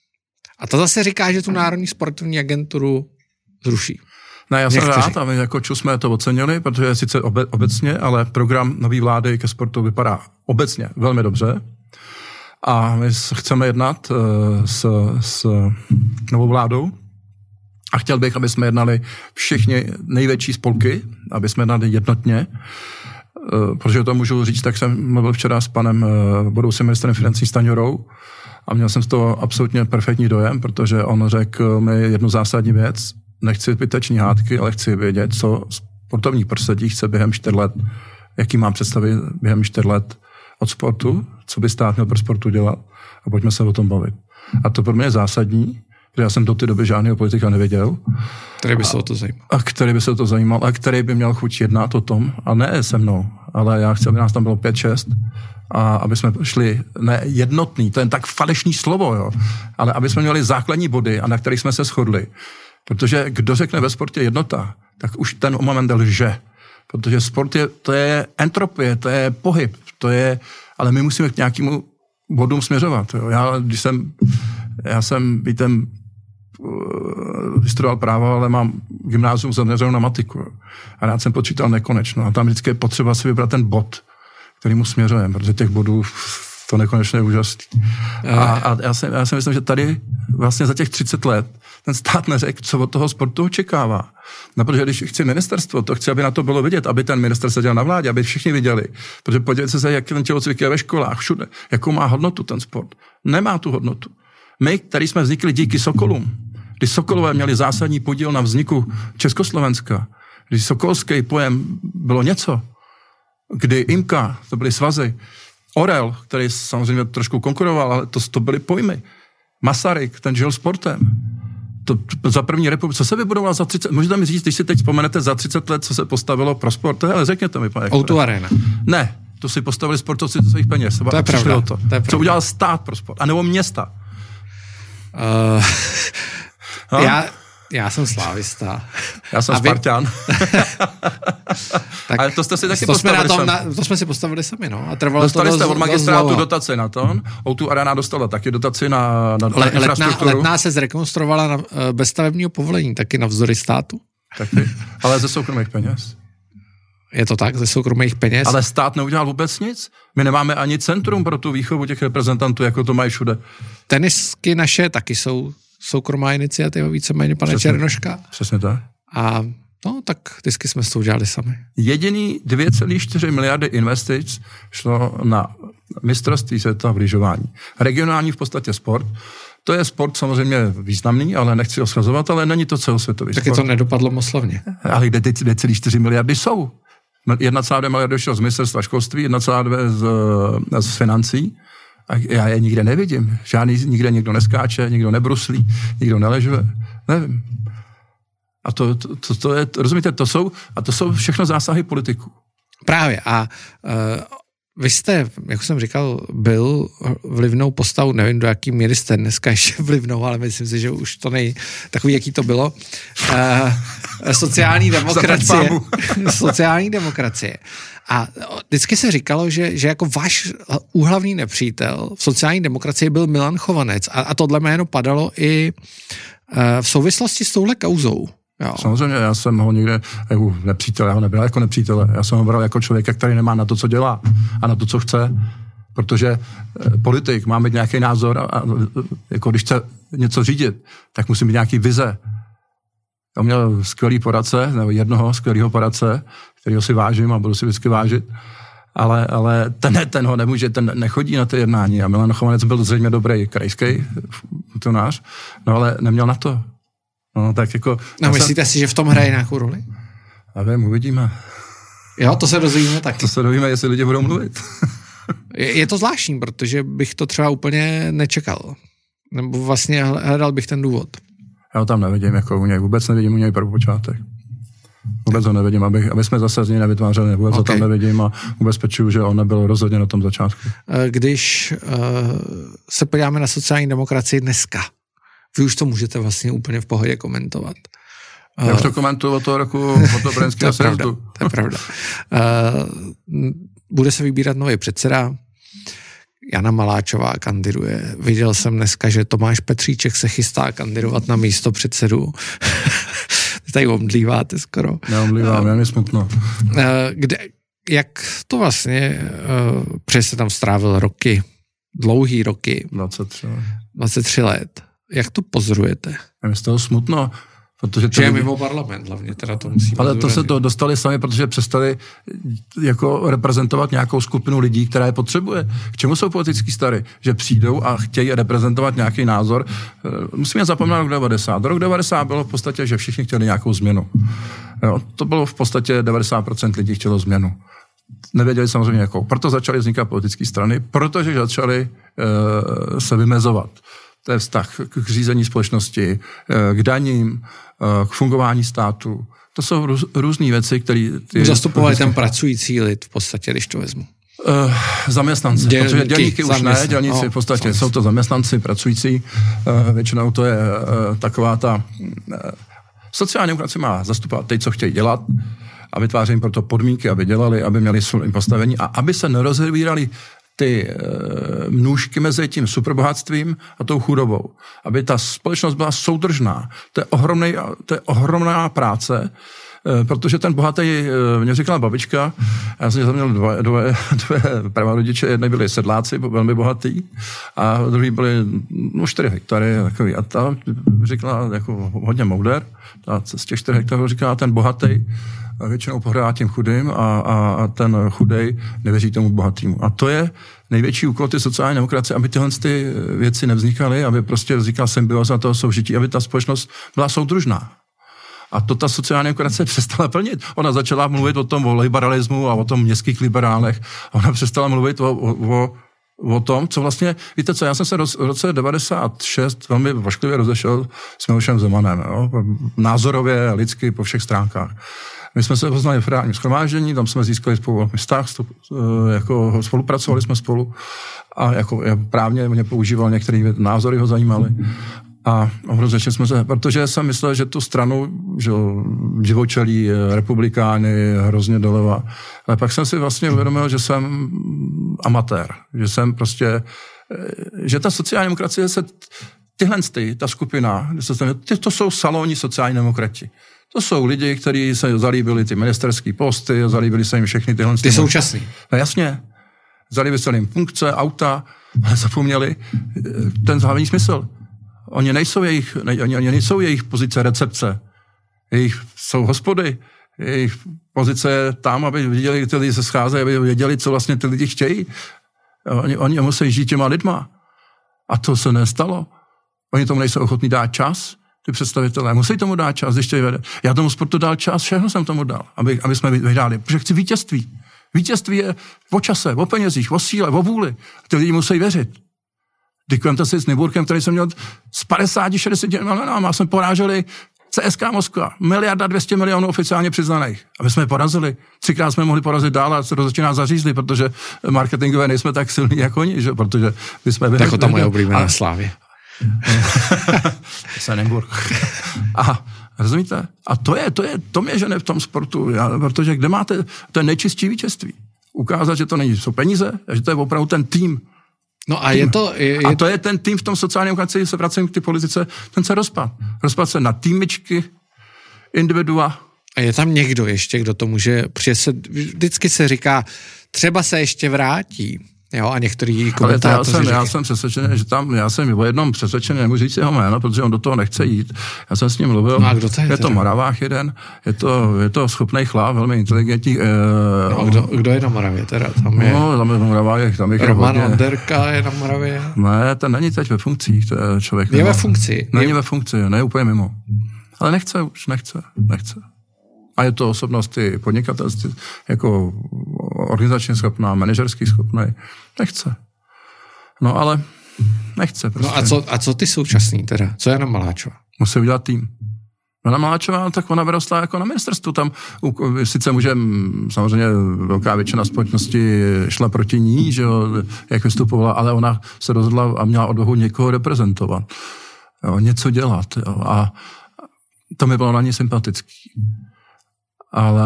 A to zase říká, že tu Národní sportovní agenturu zruší. Ne, já jsem Někteří. rád a my jako ČU jsme to ocenili, protože je sice obe, obecně, ale program nový vlády ke sportu vypadá obecně velmi dobře. A my chceme jednat uh, s, s novou vládou a chtěl bych, aby jsme jednali všichni největší spolky, aby jsme jednali jednotně, uh, protože to můžu říct, tak jsem mluvil včera s panem uh, budoucím ministrem financí Stanjurou, a měl jsem z toho absolutně perfektní dojem, protože on řekl mi jednu zásadní věc. Nechci zbyteční hádky, ale chci vědět, co sportovní prostředí chce během čtyř let, jaký mám představy během čtyř let od sportu, co by stát měl pro sportu dělat a pojďme se o tom bavit. A to pro mě je zásadní, protože já jsem do té doby žádného politika nevěděl. Který by se o to zajímal. A který by se o to zajímal a který by měl chuť jednat o tom, a ne se mnou, ale já chci, aby nás tam bylo pět, šest, a aby jsme šli ne jednotný, to je tak falešný slovo, jo, ale aby jsme měli základní body, a na kterých jsme se shodli. Protože kdo řekne ve sportě jednota, tak už ten moment lže. Protože sport je, to je entropie, to je pohyb, to je, ale my musíme k nějakému bodům směřovat. Jo. Já, když jsem, já jsem, víte, vystudoval právo, ale mám gymnázium zaměřenou na matiku. Jo. A rád jsem počítal nekonečno. A tam vždycky je potřeba si vybrat ten bod, kterýmu směřujeme, protože těch bodů to nekonečně je úžasný. A, a já, si, já si myslím, že tady vlastně za těch třicet let ten stát neřekl, co od toho sportu očekává. No, protože když chci ministerstvo, to chci, aby na to bylo vidět, aby ten minister seděl na vládě, aby všichni viděli. Protože podívejte se, jak ten tělocvik je ve školách, všude. Jakou má hodnotu ten sport? Nemá tu hodnotu. My, který jsme vznikli díky Sokolům, když Sokolové měli zásadní podíl na vzniku Československa, když sokolský pojem bylo něco, kdy IMKA, to byly svazy, Orel, který samozřejmě trošku konkuroval, ale to, to byly pojmy. Masaryk, ten žil sportem. To, to za první republiku, co se vybudoval za třicet, můžete mi říct, když si teď vzpomenete za třicet let, co se postavilo pro sport, ale řekněte mi, pane. ó dva Arena. Ne, to si postavili sportovci ze svých peněz. To je pravda. To. To je co udělal stát pro sport, anebo města. Uh, no? já, já jsem slávista. Já jsem vy... Spartan. Tak ale to jste si taky to postavili jsme sami. Na, to jsme si postavili sami, no. A trvalo Dostali to jste dost, od magistrátu dost dotaci na to. ó dva Arena dostala taky dotaci na, na, Le, na infrastrukturu. Letná, letná se zrekonstruovala na, bez stavebního povolení, taky navzdory státu. Taky, ale ze soukromých peněz. Je to tak, ze soukromých peněz. Ale stát neudělal vůbec nic. My nemáme ani centrum pro tu výchovu těch reprezentantů, jako to mají všude. Tenisky naše taky jsou soukromá iniciativa, víceméně, pane Přesně, Černoška. Přesně tak. A no, tak vždycky jsme to udělali sami. Jediný dvě celé čtyři miliardy investic šlo na mistrovství světa v lyžování. Regionální v podstatě sport. To je sport samozřejmě významný, ale nechci ho schazovat, ale není to celosvětový Taky sport. to nedopadlo moc slavně. Ale kde ty dvě celé čtyři miliardy jsou? jedna celá dvě miliardy šlo z ministerstva školství, jedna celá dvě z, z financí. A já je nikde nevidím. Žádný, nikde nikdo neskáče, nikdo nebruslí, nikdo neležuje. Nevím. A to, to, to, to je, rozumíte, to jsou, a to jsou všechno zásahy politiků. Právě. A uh, vy jste, jak jsem říkal, byl vlivnou postavou, nevím, do jaký míry jste dneska ještě vlivnou, ale myslím si, že už to nej, takový, jaký to bylo. Uh, sociální demokracie. sociální demokracie. A vždycky se říkalo, že, že jako váš úhlavní nepřítel v sociální demokracii byl Milan Chovanec. A, a tohle jméno padalo i uh, v souvislosti s touhle kauzou. Jo. Samozřejmě, já jsem ho nikde, jako nepřítel, já ho nebral jako nepřítele, já jsem ho bral jako člověka, který nemá na to, co dělá a na to, co chce, protože eh, politik má mít nějaký názor a, a jako když chce něco řídit, tak musí mít nějaký vize. Já měl skvělý poradce, nebo jednoho skvělého poradce, kterýho si vážím a budu si vždycky vážit, ale, ale ten, ten ho nemůže, ten nechodí na ty jednání a Milan Chovanec byl zřejmě dobrý krajský funkcionář, no ale neměl na to. No, tak jako... No, myslíte si, že v tom hraje nějakou roli? A vím, uvidíme. Jo, to se dozvíme taky. To se dozvíme, jestli lidi budou mluvit. je, je to zvláštní, protože bych to třeba úplně nečekal. Nebo vlastně hledal bych ten důvod. Já ho tam nevidím, jako u něj. Vůbec nevidím u něj prvopočátek. Vůbec ho nevidím, aby, aby jsme zase z něj nevytvářeli. Vůbec okay. ho tam nevidím a ubezpečuju, že on nebyl rozhodně na tom začátku. Když uh, se podíváme na sociální demokracii dneska, vy už to můžete vlastně úplně v pohodě komentovat. Já už to komentuju od toho roku, od toho brněnského sjezdu. To je pravda. Uh, bude se vybírat nový předseda. Jana Maláčová kandiduje. Viděl jsem dneska, že Tomáš Petříček se chystá kandidovat na místo předsedu. Tady omdlíváte skoro. Neomdlívám, uh, je mi smutno. Uh, kde, jak to vlastně, uh, protože se tam strávil roky, dlouhý roky. dvacet tři let. dvacet tři let. Jak to pozorujete? Je mi z toho smutno. Protože že je lidi... mimo parlament, hlavně teda to musíme Ale to zúraznit. se to dostali sami, protože přestali jako reprezentovat nějakou skupinu lidí, která je potřebuje. K čemu jsou politický stary? Že přijdou a chtějí reprezentovat nějaký názor. Musíme zapomenout rok devadesát. Rok devadesát bylo v podstatě, že všichni chtěli nějakou změnu. Jo, to bylo v podstatě devadesát procent lidí chtělo změnu. Nevěděli samozřejmě jakou. Proto začaly vznikat politické strany, protože začaly e, se vymezovat. To je vztah k řízení společnosti, k daním, k fungování státu. To jsou růz, různé věci, které... Zastupovali ten pracující lid v podstatě, když to vezmu. Uh, zaměstnanci, Dělníky, protože dělníky už ne, dělníci no, v podstatě zaměstnanci. Jsou to zaměstnanci, pracující. Uh, většinou to je uh, taková ta... Uh, sociální demokracie má zastupovat ty, co chtějí dělat a vytváří jim proto podmínky, aby dělali, aby měli svůj postavení a aby se nerozvírali ty e, nůžky mezi tím superbohatstvím a tou chudobou. Aby ta společnost byla soudržná. To je, ohromnej, to je ohromná práce, e, protože ten bohatý, e, mě říkala babička, já jsem měl dvoje, dvoje, dvoje pravorodiče, jedni byli sedláci, velmi bohatý, a druhý byli no, čtyři hektary. Takový. A ta říkala jako hodně mouder, ta z těch čtyři hektarů říkala ten bohatý, většinou pohrává tím chudým a, a, a ten chudej nevěří tomu bohatýmu. A to je největší úkol ty sociální demokracie, aby tyhle ty věci nevznikaly, aby prostě vznikla symbioza toho soužití, aby ta společnost byla soudružná. A to ta sociální demokracie přestala plnit. Ona začala mluvit o tom, o liberalismu a o tom městských liberálech. A ona přestala mluvit o, o, o tom, co vlastně, víte co, já jsem se v roce devadesát šest velmi vašklivě rozešel s Milošem Zemanem, jo? Názorově, lidsky, po všech stránkách. My jsme se poznali v federálním shromáždění, tam jsme získali spolu vztah, jako spolupracovali jsme spolu a jako právně mě používal, některé názory ho zajímaly. A rozešli jsme se, protože jsem myslel, že tu stranu, že divočelí republikány hrozně doleva. Ale pak jsem si vlastně uvědomil, že jsem amatér, že jsem prostě, že ta sociální demokracie se, tyhle ty, ta skupina, ty, to jsou salonní sociální demokrati. To jsou lidi, kteří se zalíbili ty ministerský posty, zalíbili se jim všechny tyhle... Ty současný. No jasně. Zalíbili se jim funkce, auta, ale zapomněli ten hlavní smysl. Oni nejsou jejich, ne, oni, oni nejsou jejich pozice recepce. Jejich jsou hospody. Jejich pozice je tam, aby viděli, ty lidi se scházejí, aby věděli, co vlastně ty lidi chtějí. Oni, oni musí žít těma lidma. A to se nestalo. Oni tomu nejsou ochotní dát čas. Ty představitelé musí tomu dát čas, když vede. Já tomu sportu dal čas, všechno jsem tomu dal, aby, aby jsme vyhráli. Protože chci vítězství. Vítězství je o čase, o penězích, o síle, o vůli. Ty lidi musí věřit. Děkujeme si s Nyburkem, který jsem měl z padesát šedesát milionů, a jsme poráželi C S K Moskva, miliarda dvě stě milionů oficiálně přiznaných. A my jsme je porazili. Třikrát jsme mohli porazit dál a se rozhodčí zařízli, protože marketingové nejsme tak silní jako oni, že? Protože my jsme... Jako ta moje oblíbená Slávě. Nymburk. A rozumíte? A to je, to je, to mě žene v tom sportu, já, protože kde máte to nejčistší vítězství? Ukázat, že to není jsou peníze, a že to je opravdu ten tým. No a je to... Je, je... A to je ten tým v tom sociálním demokracii, se vracím k ty politice, ten se rozpad. Rozpad se na týmičky, individua. A je tam někdo ještě, kdo to může... Se, vždycky se říká, třeba se ještě vrátí. Jo, a některý komentátoři... Já jsem, říkají... já jsem přesvědčený, že tam, já jsem o jednom přesvědčený, nemůžu říct jeho jméno, protože on do toho nechce jít. Já jsem s ním mluvil. No a kdo to je? Je to Moravách jeden, je to, je to schopný chlap, velmi inteligentní. Eh, no, kdo, kdo je na Moravě teda? Tam je... No, tam je na Moravě, tam je Roman Onderka je na Moravě. Ne, ten není teď ve funkcích, to je člověk. Je ve funkci. Není je... ve funkci, ne úplně mimo. Ale nechce už, nechce, nechce. A je to osobnost i podnikatelství, jako organizačně schopná, manažerský schopný. Nechce. No ale nechce prostě. No a co, a co ty současný teda? Co Jana Maláčová? Musí udělat tým. Jana Maláčová, tak ona vyrostla jako na ministerstvu. Tam sice můžem, samozřejmě velká většina společnosti šla proti ní, že jo, jak vystupovala, ale ona se rozhodla a měla odvahu někoho reprezentovat. Jo, něco dělat. Jo, a to mi bylo na ní sympatický. Ale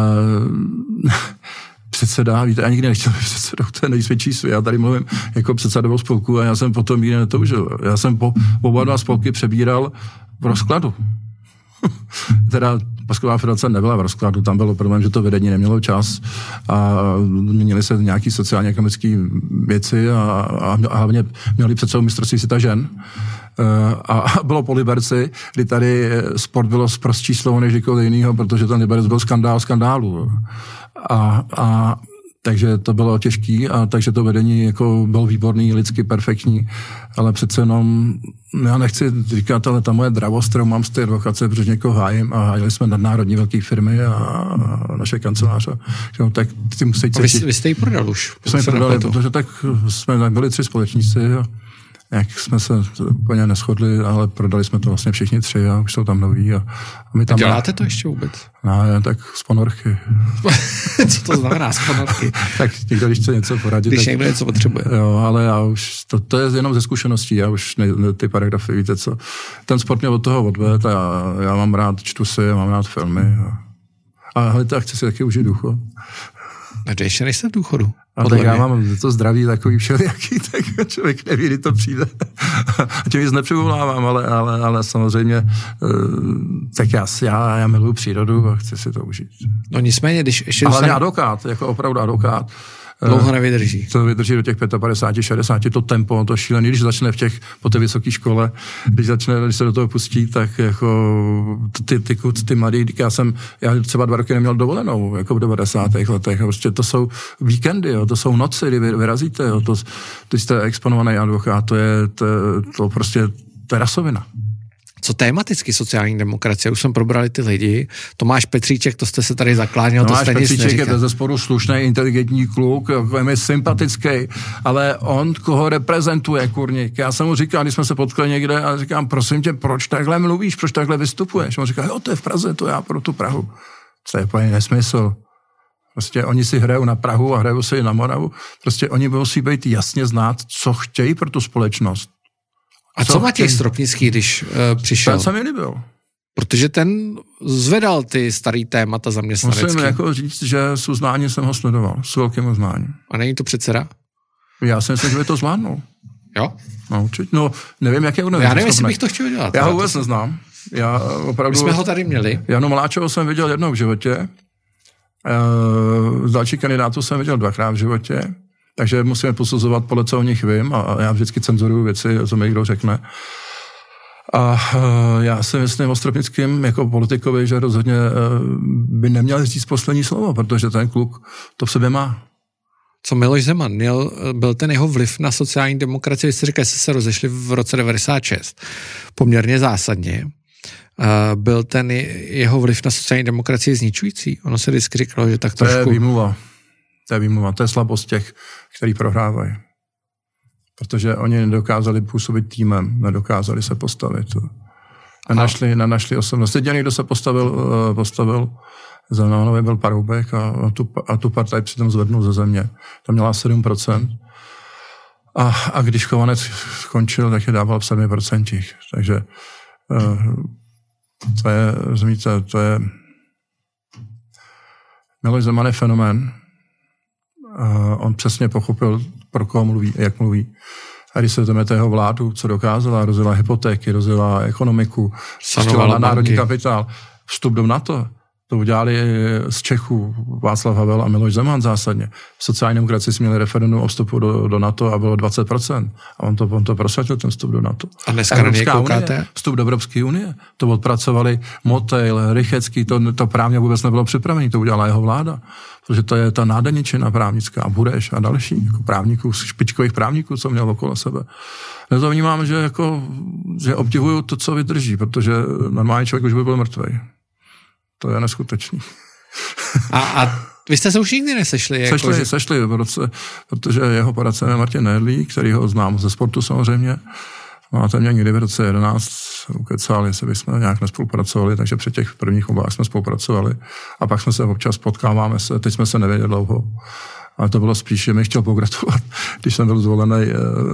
předseda, víte, já nikdy nechtěl být předsedou, to je nejsvědčí svět. Já tady mluvím jako předsedou spolku a já jsem potom nikdy netoužil. Já jsem po oba dva spolky přebíral v rozkladu. Teda Pasková federace nebyla v rozkladu, tam bylo problém, že to vedení nemělo čas a měnily se nějaké sociálně-ekonomické věci a, a, a hlavně měli před sebou mistrovství světa žen. A bylo po Liberci, kdy tady sport bylo prostší slovo než kdykoliv jinýho, protože ten Liberec byl skandál skandálu. A, a takže to bylo těžký a takže to vedení jako bylo výborný, lidsky perfektní, ale přece jenom, já nechci říkat, ale ta moje dravost, kterou mám z té advokace, protože někoho hájím a hájili jsme nadnárodní velké firmy a, a naše kanceláře, tak ty musí cítit. Vy, vy jste ji prodal už. Jsme ji prodali, protože tak jsme byli tři společníci a jak jsme se úplně neschodli, ale prodali jsme to vlastně všichni tři a už jsou tam noví. A, a my tam a děláte to ještě vůbec? No, tak z ponorky. Co to znamená z ponorky? Tak někdo, když chce něco poradit. Když tak, někdo něco potřebuje. Jo, ale já už, to, to je jenom ze zkušeností, já už ne, ne, ty paragrafy, víte co. Ten sport mě od toho odved a já, já mám rád, čtu si, mám rád filmy. A, a hele, tak chci si taky užít důchod. A to ještě nejste v důchodu. A tak já mám to zdraví takový všelijaký, tak člověk neví, kdy to přijde. A tím nic nepřivolávám, ale, ale, ale samozřejmě, tak já, já, já miluji přírodu a chci si to užít. No nicméně, když ještě... Ale jsem... advokát, jako opravdu advokát. Dlouho nevydrží. To vydrží do těch padesát pět šedesát, to tempo, to šílený, když začne v těch, po té vysoké škole, když začne, když se do toho pustí, tak jako ty, ty, ty, ty mladí, já jsem, já třeba dva roky neměl dovolenou, jako v devadesátých letech, prostě to jsou víkendy, jo, to jsou noci, kdy vy vyrazíte, jo, to, ty jste exponovaný advokát, to je, to, to prostě, to je rasovina. Co tématicky sociální demokracie? Už jsme probrali ty lidi. Tomáš Petříček, to jste se tady zakláněl, to jste nic neříkal. Petříček je bezesporu slušný, inteligentní kluk, je mi sympatický, ale on koho reprezentuje, kurník. Já jsem mu říkal, když jsme se potkali někde a říkám, prosím tě, proč takhle mluvíš, proč takhle vystupuješ? On říká, jo, to je v Praze, to já pro tu Prahu. To je úplně nesmysl. Prostě oni si hrajou na Prahu a hrajou si na Moravu. Prostě oni musí být jasně znát, co chtějí pro tu společnost. A co, co Matěj Stropnický, když uh, přišel? Ten se mi líbil. Protože ten zvedal ty starý témata zaměstnanecký. Musím jako říct, že s uznáním jsem ho sledoval, s velkým uznáním. A není to předseda? Já si myslím, že by to zvládnul. Jo? No, určitě. No, nevím, jak je on. Já nevím, jestli bych to chtěl dělat. Já ho vůbec neznám. Já opravdu... My jsme ho tady měli. Janu Maláčovou jsem viděl jednou v životě. Z dalších kandidátů jsem viděl dvakrát v životě. Takže musíme posuzovat podle co o nich vím a já vždycky cenzuruju věci, co mi někdo řekne. A já si myslím o Stropnickém jako politikovi, že rozhodně by neměl říct poslední slovo, protože ten kluk to v sobě má. Co Miloš Zeman měl, byl ten jeho vliv na sociální demokracii, vy jste říkali, že se rozešli v roce devadesát šest, poměrně zásadně. Byl ten jeho vliv na sociální demokracii zničující? Ono se vždycky říkalo, že tak trošku... To je výmluva. To je výmluva. To je slabost těch, kteří prohrávají. Protože oni nedokázali působit týmem, nedokázali se postavit. Nenašli, nenašli osobnost. Jediný, kdo se postavil, postavil za Zemanovi, byl Paroubek a, a, tu, a tu partaj přitom zvednul ze země. Tam měla sedm procent. A, a když Chovanec skončil, tak je dával v sedm procent. Takže to je, rozumíte, to je Miloš Zeman je fenomén. On přesně pochopil, pro koho mluví, jak mluví. A když se vezmete jeho vládu, co dokázala, rozjela hypotéky, rozjela ekonomiku, sanovala národní kapitál, vstup do NATO, to udělali z Čechů Václav Havel a Miloš Zeman zásadně. Sociální demokracie si měli referendum o vstupu do, do NATO a bylo dvacet procent. A on to, on to prosadil, ten vstup do NATO. A dneska na něj koukáte? Unie, vstup do Evropské unie. To odpracovali Motejl, Rychecký, to, to právně vůbec nebylo připravené, to udělala jeho vláda. Protože to je ta nádherničina právnická, Bureš a další jako právníků, špičkových právníků, co měl okolo sebe. Já to vnímám, že, jako, že obdivuju to, co vydrží, protože normální člověk už by byl mrtvej. To je neskutečný. A, a vy jste se už nikdy nesešli? Jako sešli, že... sešli, protože jeho poradce je Martin Nejedlý, který ho znám ze sportu samozřejmě. No a ten mě někdy v roce jedenáct ukecal, jestli bychom nějak nespolupracovali, takže při těch prvních volbách jsme spolupracovali. A pak jsme se občas potkáváme se, teď jsme se nevěděli dlouho. Ale to bylo spíš, že mi chtěl pogratulovat, když jsem byl zvolený,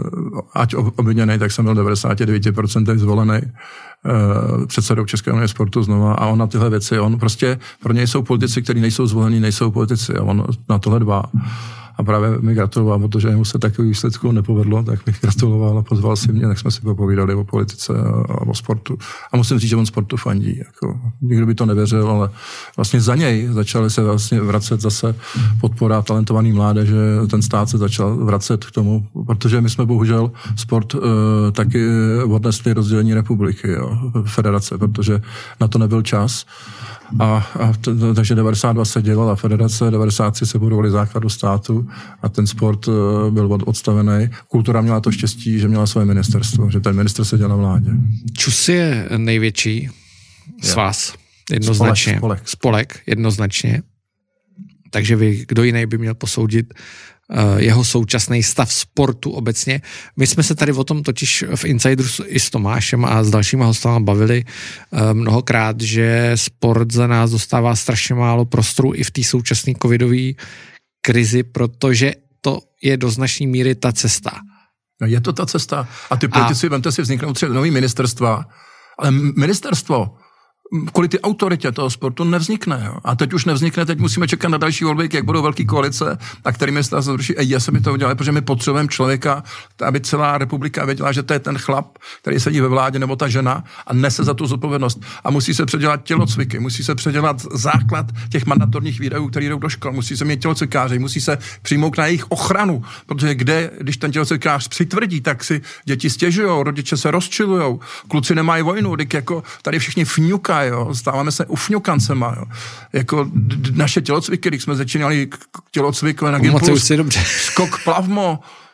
ať obviněný, tak jsem byl devadesát devět procent zvolený předsedou České unie sportu znova a on na tyhle věci, on prostě, pro něj jsou politici, kteří nejsou zvolení, nejsou politici a on na tohle dbá. A právě mi gratuloval, protože mu se takový výsledku nepovedlo, tak bych gratuloval a pozval si mě, tak jsme si popovídali o politice a o sportu. A musím říct, že on sportu fandí. Jako, nikdo by to nevěřil, ale vlastně za něj začaly se vlastně vracet zase podpora talentovaný mládeže, ten stát se začal vracet k tomu, protože my jsme bohužel sport uh, taky odnesli rozdělení republiky, jo, federace, protože na to nebyl čas. A, a t, takže devadesát dva se dělala federace, devadesát tři se budovali základu státu a ten sport uh, byl od, odstavený. Kultura měla to štěstí, že měla své ministerstvo, že ten ministr seděl na vládě. ČUS je největší z vás, jednoznačně. Spolek, spolek. Spolek, jednoznačně. Takže vy, kdo jiný by měl posoudit uh, jeho současný stav sportu obecně. My jsme se tady o tom totiž v Insideru i s Tomášem a s dalšíma hostama bavili uh, mnohokrát, že sport za nás dostává strašně málo prostoru i v té současné covidové krizi, protože to je do značné míry ta cesta. No je to ta cesta. A ty politici, a... vemte si, vzniknou třeba nový ministerstva, ale ministerstvo kvůli ty autoritě toho sportu nevznikne. Jo. A teď už nevznikne, teď musíme čekat na další volby, jak budou velké koalice, a který města se zruší. A já se mi to udělali, protože my potřebujeme člověka, aby celá republika věděla, že to je ten chlap, který sedí ve vládě, nebo ta žena a nese za tu zodpovědnost. A musí se předělat tělocviky, musí se předělat základ těch mandatorních výdajů, které jdou do škol, musí se mít tělocvikáři, musí se přijmout na jejich ochranu, protože kde, když ten tělocvikář přitvrdí, tak si děti stěžujou, rodiče se rozčilujou, kluci nemají vojnu, tak jako tady všichni fňukají. Jo, stáváme se ufňukancema, jo. Jako d- naše tělocviky, když jsme začínali tělocvik na Gimplu, skok plavmo,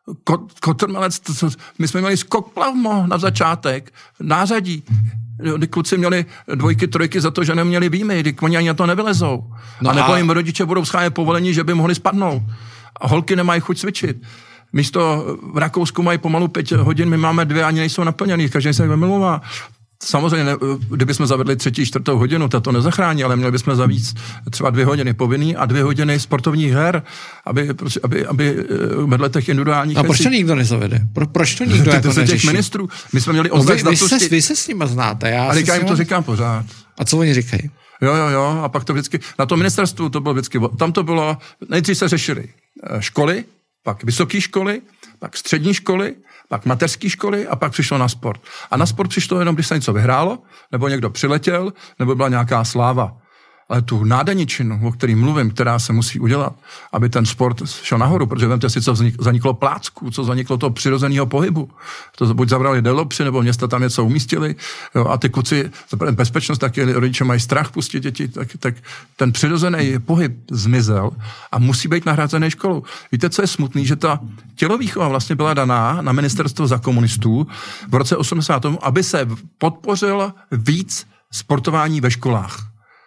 kotrmelec, my jsme měli skok plavmo na začátek, nářadí. Kdy kluci měli dvojky, trojky za to, že neměli výjmy, kdy oni ani na to nevylezou. No a nebo a... jim rodiče budou schánět povolení, že by mohli spadnout. A holky nemají chuť cvičit. Místo v Rakousku mají pomalu pět hodin, my máme dvě, ani nejsou naplněný, každý se vymluvá. Samozřejmě, ne, kdybychom zavedli třetí, čtvrtou hodinu, to to nezachrání, ale měli bychom zavíc třeba dvě hodiny povinný a dvě hodiny sportovních her, aby, aby, aby vedle těch individuálních A proč to nikdo nezavede? Pro, proč to nikdo jako neřeší? Těch ministrů. My jsme měli no, vy, vy, se, vy se s nimi znáte. Já a říkám, jim to říkám pořád. A co oni říkají? Jo, jo, jo, a pak to vždycky, na tom ministerstvu to bylo vždycky, tam to bylo, nejdřív se řešily školy, pak vysoké školy, pak střední školy, pak mateřské školy a pak přišlo na sport. A na sport přišlo jenom, když se něco vyhrálo, nebo někdo přiletěl, nebo byla nějaká sláva. Ale tu nádeničinu, o který mluvím, která se musí udělat, aby ten sport šel nahoru, protože vemte si, co zaniklo plácku, co zaniklo toho přirozeného pohybu. To buď zabrali delopři, nebo města tam něco umístili, jo, a ty kluci, bezpečnost, taky rodiče mají strach pustit děti, tak, tak ten přirozený pohyb zmizel a musí být nahrazený školou. Víte, co je smutný, že ta tělovýchova vlastně byla daná na ministerstvo za komunistů v roce osmdesátém aby se podpořilo víc sportování ve školách.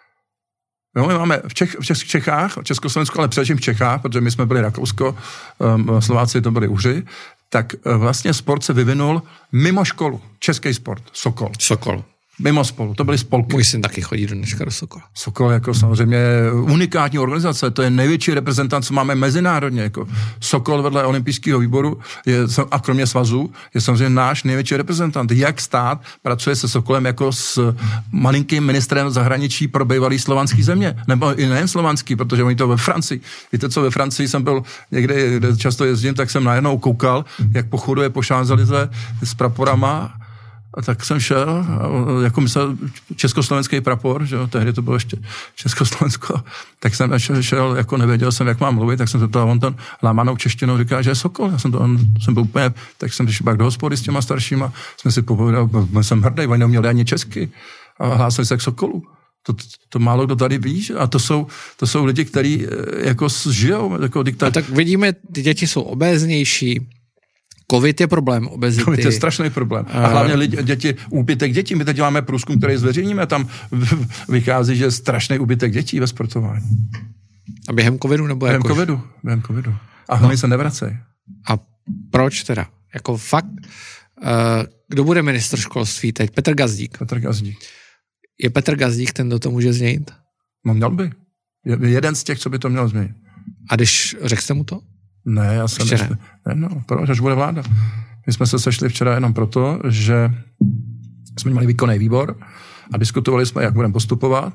Jo, my máme v, Čech, v Čechách, v Československu, ale především v Čechách, protože my jsme byli Rakousko, um, Slováci to byli Uři, tak uh, vlastně sport se vyvinul mimo školu. Český sport, Sokol. Sokol. Mimo spolu, to byly spolky. Můj syn taky chodí do dneška do Sokola. Sokol jako samozřejmě unikátní organizace, to je největší reprezentant, co máme mezinárodně. Jako Sokol vedle olympijského výboru je, a kromě svazů je samozřejmě náš největší reprezentant. Jak stát pracuje se Sokolem jako s malinkým ministrem zahraničí pro bývalý slovanský země, nebo i nejen slovanský, protože oni to ve Francii. Víte co, ve Francii jsem byl někde, kde často jezdím, tak jsem najednou koukal, jak pochoduje po Champs-Élysées s praporama. A tak jsem šel, jako myslel československý prapor, že jo, tehdy to bylo ještě Československo, tak jsem šel, šel, jako nevěděl jsem, jak mám mluvit, tak jsem se ptal, on ten lámanou češtinou říká, že je Sokol. Já jsem to, on, jsem byl úplně, tak jsem přišel pak do hospody s těma staršíma, jsme si popovídali, jsem hrdý, oni neuměli ani česky a hlásili se k Sokolu. To, to, to málo kdo tady ví, a to jsou, to jsou lidi, kteří jako žijou. Jako diktat... A tak vidíme, ty děti jsou obéznější, covid je problém, obezity. Covid je strašný problém. A hlavně lidi, děti, úbytek dětí. My teď děláme průzkum, který zveřejníme, tam vychází, že je strašný úbytek dětí ve sportování. A během covidu? Nebo během jakož... covidu. Během covidu. A hlavně no. se nevracejí. A proč teda? Jako fakt, uh, kdo bude ministr školství teď? Petr Gazdík. Petr Gazdík. Je Petr Gazdík ten, kdo to může změnit? No měl by. Je jeden z těch, co by to měl změnit. A když řekl jste mu to? Ne, já jsem... Ještě ne. ne no, proč, až bude vláda. My jsme se sešli včera jenom proto, že jsme měli výkonný výbor a diskutovali jsme, jak budeme postupovat.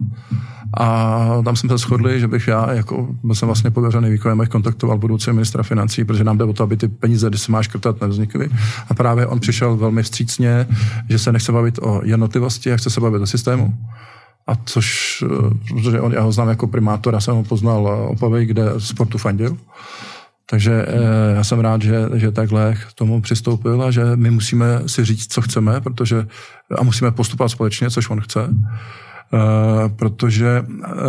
A tam jsme se shodli, že bych já, jako byl jsem vlastně pověřený výkonem, bych kontaktoval budoucího ministra financí, protože nám jde o to, aby ty peníze, když se máš škrtat, nevznikly. A právě on přišel velmi vstřícně, že se nechce bavit o jednotlivosti, a chce se bavit o systému. A což, protože on, já ho znám jako primátora, jsem ho poznal Opavy, kde sportu fandil. Takže eh, já jsem rád, že, že takhle k tomu přistoupil a že my musíme si říct, co chceme, protože a musíme postupovat společně, což on chce, eh, protože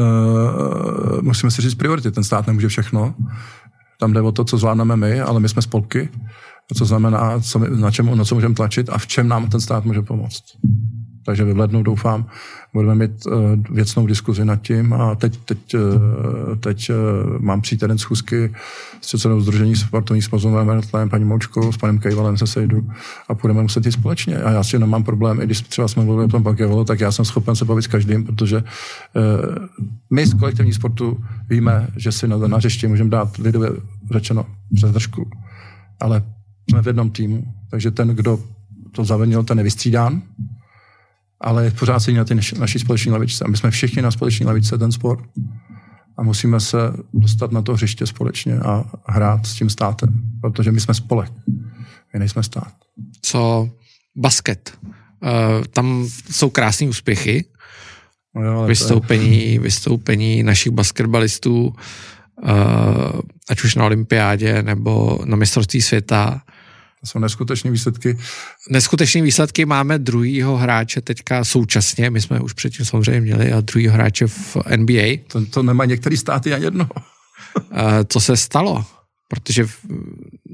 eh, musíme si říct priority. Ten stát nemůže všechno. Tam jde o to, co zvládneme my, ale my jsme spolky, co znamená, co my, na, čem, na co můžeme tlačit a v čem nám ten stát může pomoct. Takže v lednu doufám, budeme mít uh, věcnou diskuzi nad tím a teď, teď, uh, teď uh, mám přítel schůzky s předsedou Sdružení sportovních svazů paní Moučkou, s panem Kejvalem se sejdu a půjdeme muset jít společně. A já si nemám problém, i když třeba jsme mluvili o tom pan Kejvalo, tak já jsem schopen se bavit s každým, protože uh, my z kolektivní sportu víme, že si na, na hřišti můžeme dát lidově řečeno přes držku, ale jsme v jednom týmu, takže ten, kdo to zavinil, ten je vystřídán, ale pořád se na ty naší společní lavičce. A my jsme všichni na společní lavičce ten sport a musíme se dostat na to hřiště společně a hrát s tím státem, protože my jsme spolek, my nejsme stát. Co basket? Uh, tam jsou krásné úspěchy, no jo, vystoupení, je... vystoupení našich basketbalistů, uh, ať už na olympiádě nebo na mistrovství světa. To jsou neskutečné výsledky. Neskutečné výsledky máme druhýho hráče teďka současně, my jsme už předtím samozřejmě měli, a druhýho hráče v N B A. To, to nemají některý státy ani jedno. Co se stalo? Protože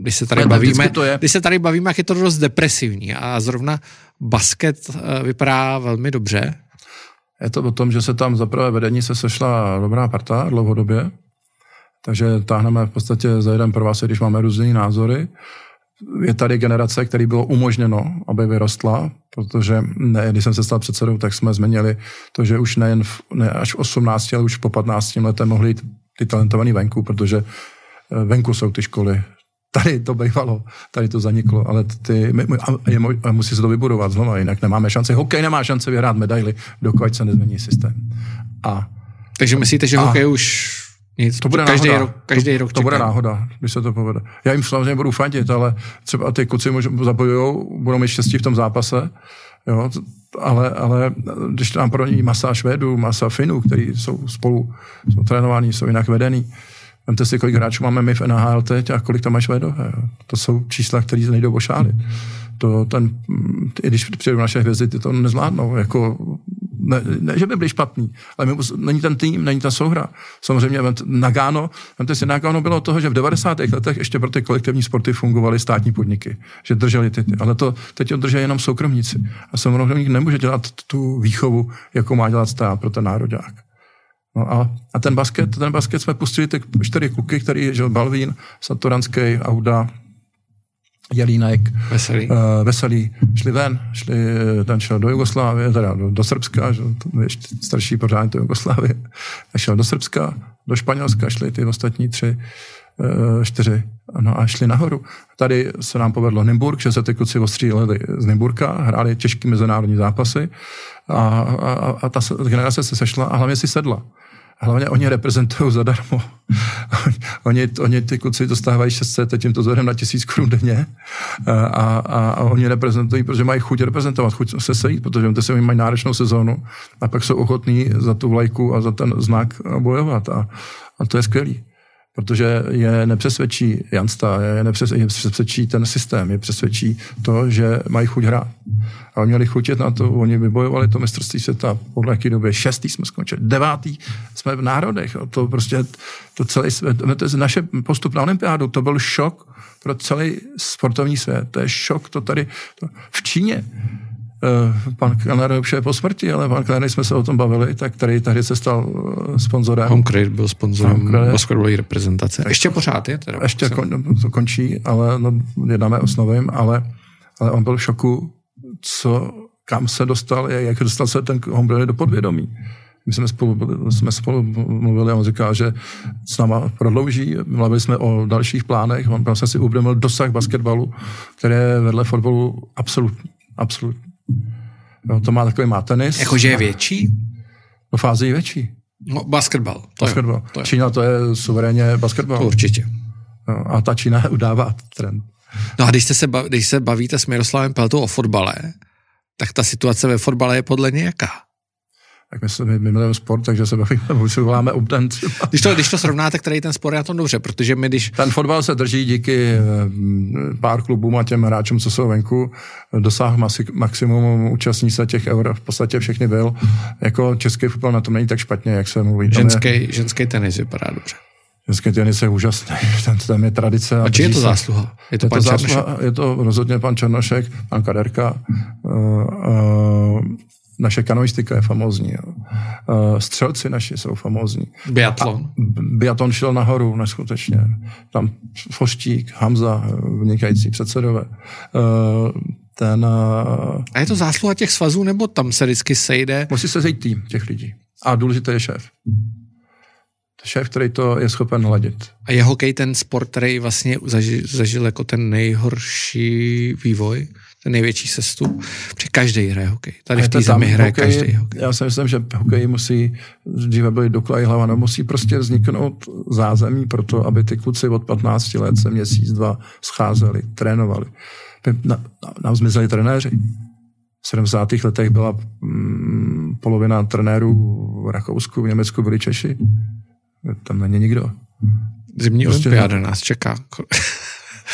když se tady Ale bavíme, to je... když se tady bavíme, jak je to dost depresivní a zrovna basket vypadá velmi dobře. Je to o tom, že se tam za prvé vedení se sešla dobrá parta dlouhodobě, takže táhneme v podstatě za jeden pro vás, když máme různé názory. Je tady generace, který bylo umožněno, aby vyrostla, protože ne, když jsem se stal předsedou, tak jsme změnili to, že už nejen v, ne až v osmnácti, ale už po patnácti letech mohli jít ty talentovaný venku, protože venku jsou ty školy. Tady to bývalo, tady to zaniklo, ale ty, a, je, a musí se to vybudovat znova, jinak nemáme šanci. Hokej nemá šanci vyhrát medaily, dokud se nezmění systém. A, Takže myslíte, že a, hokej už nic? To bude každý náhoda. rok, každý to, rok to bude náhoda, když se to povede. Já jim samozřejmě budu fandit, ale třeba ty kluci zapojujou, budou mít štěstí v tom zápase, jo, ale, ale když tam pro ní masa Švédů, masa Finů, kteří jsou spolu, jsou trénovaní, jsou jinak vedený. Vemte si, kolik hráčů máme my v N H L teď a kolik tam má Švédové. To jsou čísla, které nejdou ošálit. To ten, i když přijdou naše hvězdy, ty to nezvládnou. Jako, ne, ne, že by byli špatný, ale my, není ten tým, není ta souhra. Samozřejmě Nagano, vemte si, Nagano bylo toho, že v devadesátých letech ještě pro ty kolektivní sporty fungovaly státní podniky, že drželi ty, ale to teď drží jenom soukromníci. A soukromník nemůže dělat tu výchovu, jakou má dělat stát pro ten nároďák. No a, a ten basket, ten basket jsme pustili ty čtyři kluky, který, že Balvín, Satoranský, Auda, Jelínek, Veselý. Uh, Veselý, šli ven, šli, ten šel do Jugoslávie, teda do, do Srbska, že to je starší pořádně do Jugoslávie, a šel do Srbska, do Španělska, šli ty ostatní tři, uh, čtyři, no a šli nahoru. Tady se nám povedlo Nymburk, že se ty kluci ostříleli z Nymburka, hráli těžký mezinárodní zápasy a, a, a ta generace se sešla a hlavně si sedla. Hlavně oni reprezentují zadarmo. oni, oni ty kluci dostávají šest set, teď jim to zvedem na tisíc korun denně a, a, a oni reprezentují, protože mají chuť reprezentovat, chuť se sejít, protože oni se mají náročnou sezónu a pak jsou ochotní za tu vlajku a za ten znak bojovat a, a to je skvělý. Protože je nepřesvědčí Jansta, je nepřesvědčí ten systém, je přesvědčí to, že mají chuť hrát. A oni měli chutět na to, oni vybojovali to mistrovství světa, podle jaké době, šestý jsme skončili, devátý jsme v národech, to prostě, to celý svět, to naše postup na olympiádu, to byl šok pro celý sportovní svět, to je šok, to tady, to, v Číně, pan Kellner už je po smrti, ale pan Kellner, jsme se o tom bavili, tak tady, tady se stal sponzorem. Homecrate byl sponzorem basketbalové reprezentace. Ještě pořád je? Teda ještě kon, to končí, ale no, jednáme o novým, ale, ale on byl v šoku, co, kam se dostal, jak dostal se ten Homecrate do podvědomí. My jsme spolu, jsme spolu mluvili a on říkal, že s náma prodlouží, mluvili jsme o dalších plánech, on prostě si uvědomil dosah basketbalu, který je vedle fotbalu absolutní. Absolutní. Jo, to má takový má tenis. Jakože je větší? No fázi je větší. No, basketbal. To basketbal. Je, to je. Čína to je suverénně basketbal. To určitě. No, a ta Čína udává trend. No a když, se, bav, když se bavíte s Miroslavem Peltou o fotbale, tak ta situace ve fotbale je podle něj jaká? Tak my, my, my milujeme sport, takže se bavíme, už voláme obden. Když to, když to srovnáte, který ten sport je na tom dobře, protože my když... Ten fotbal se drží díky pár klubům a těm hráčům, co jsou venku, dosáhl maximum účastní se těch eur, v podstatě všechny byl. Jako český fotbal na tom není tak špatně, jak se mluví. Ženský, je... ženský tenis vypadá dobře. Ženský tenis je úžasný, tam, tam je tradice. A či je to zásluha? Je to, je, pan to zásluha, je to rozhodně pan Černošek, pan Kaderka, uh, uh, naše kanoistika je famózní. Jo. Střelci naši jsou famózní. Biatlon. Biatlon šel nahoru, neskutečně. Tam Foštík, Hamza, vynikající předsedové. Ten, a je to zásluha těch svazů, nebo tam se vždycky sejde? Musí se zejít tým těch lidí. A důležité je šéf. Šéf, který to je schopen hladit. A je hokej ten sport, který vlastně zažil, zažil jako ten nejhorší vývoj? Ten největší sestup, protože každý hraje hokej. Tady v té zemi hraje hokej, každý hokej. Já si myslím, že hokej musí, dříve byly Dukla i Hlava, no musí prostě vzniknout zázemí pro to, aby ty kluci od patnácti let se měsíc, dva scházeli, trénovali. Na, nám zmizeli trenéři. V sedmdesátých letech byla mm, polovina trenérů v Rakousku, v Německu byli Češi. Tam není nikdo. Zimní prostě olympiáda nás čeká.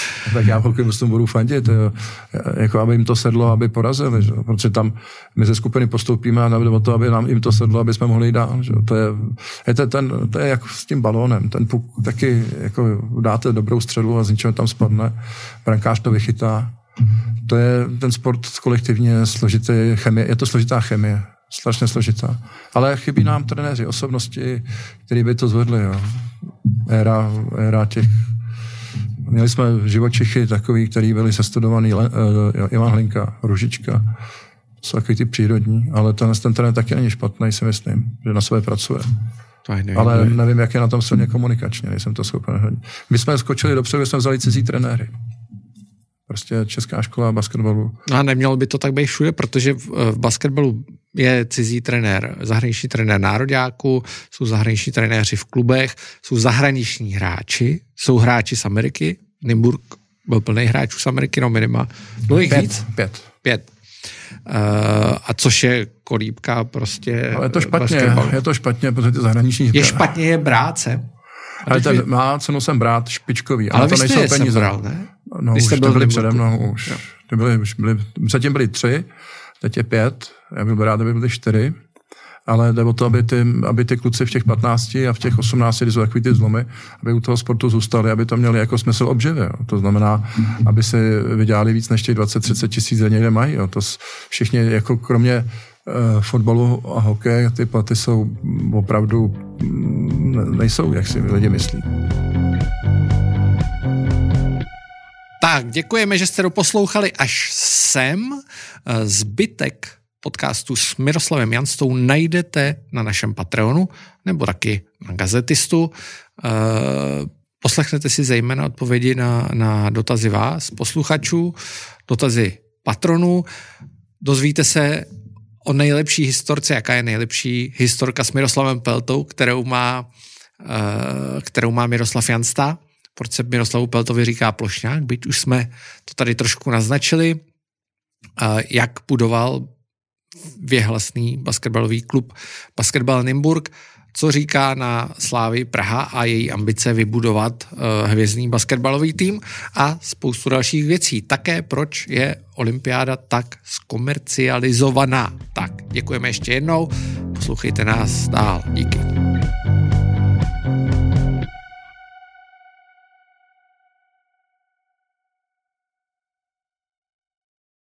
Tak já hokejím s tom budu fandit, jo. Jako aby jim to sedlo, aby porazili, že? Protože tam my ze skupiny postoupíme a jde o to, aby nám jim to sedlo, aby jsme mohli jít dál. Že? To je, je to, ten, to je jako s tím balónem, ten puk taky jako dáte dobrou střelu a z ničeho tam spadne, brankář to vychytá. To je ten sport kolektivně složitý chemie, je to složitá chemie, strašně složitá. Ale chybí nám trenéři, osobnosti, který by to zvedli. Jo. Éra, éra těch. Měli jsme živočichy takový, který byli sestudovaný, uh, Ivan Hlinka, Ružička. To jsou takový ty přírodní, ale ten, ten trenér taky není špatný, si myslím, že na sebe pracuje. Nevím, ale nevím, jak je na tom silně komunikačně, nejsem to schopen. My jsme skočili dopředu, jsme vzali cizí trenéry. Prostě česká škola basketbalu. A nemělo by to tak být všude, protože v, v basketbalu je cizí trenér, zahraniční trenér nároďáku, jsou zahraniční trenéři v klubech, jsou zahraniční hráči, jsou hráči z Ameriky. Nymburk byl plný hráčů z Ameriky, no minima. Bylo jich víc? Pět. Pět. Uh, a což je kolíbka prostě. Ale je to špatně, basketbalu. je to špatně, protože ty zahraniční... Je špatně je brát se. Ale ten vy... má cenu jsem brát špičkový. Ale to vy jste je sebral, ne? No, vy už to byli přede mnou, už. Ty byli, už byli, zatím byli tři, teď je pět, já bych byl rád, aby byly čtyři, ale jde o to, aby ty, aby ty kluci v těch patnácti a v těch osmnácti, kdy jsou takový ty zlomy, aby u toho sportu zůstali, aby to měli jako smysl obživy. Jo. To znamená, aby si vydělali víc než těch dvacet třicet tisíc za někde mají. Jo. To všichni, jako kromě uh, fotbalu a hokeje, ty platy jsou opravdu, nejsou, jak si lidi myslí. Tak, děkujeme, že jste doposlouchali až sem. Zbytek podcastu s Miroslavem Janstou najdete na našem Patreonu nebo taky na Gazetistu. Poslechnete si zejména odpovědi na, na dotazy vás, posluchačů, dotazy patronů. Dozvíte se o nejlepší historce, jaká je nejlepší historka s Miroslavem Peltou, kterou má, kterou má Miroslav Jansta. Proč se Miroslavu Peltovi říká plošňák, byť už jsme to tady trošku naznačili, jak budoval věhlasný basketbalový klub Basketbal Nymburk, co říká na Slávii Praha a její ambice vybudovat hvězdný basketbalový tým a spoustu dalších věcí. Také proč je olympiáda tak zkomercializovaná. Tak, děkujeme ještě jednou, poslouchejte nás dál. Díky.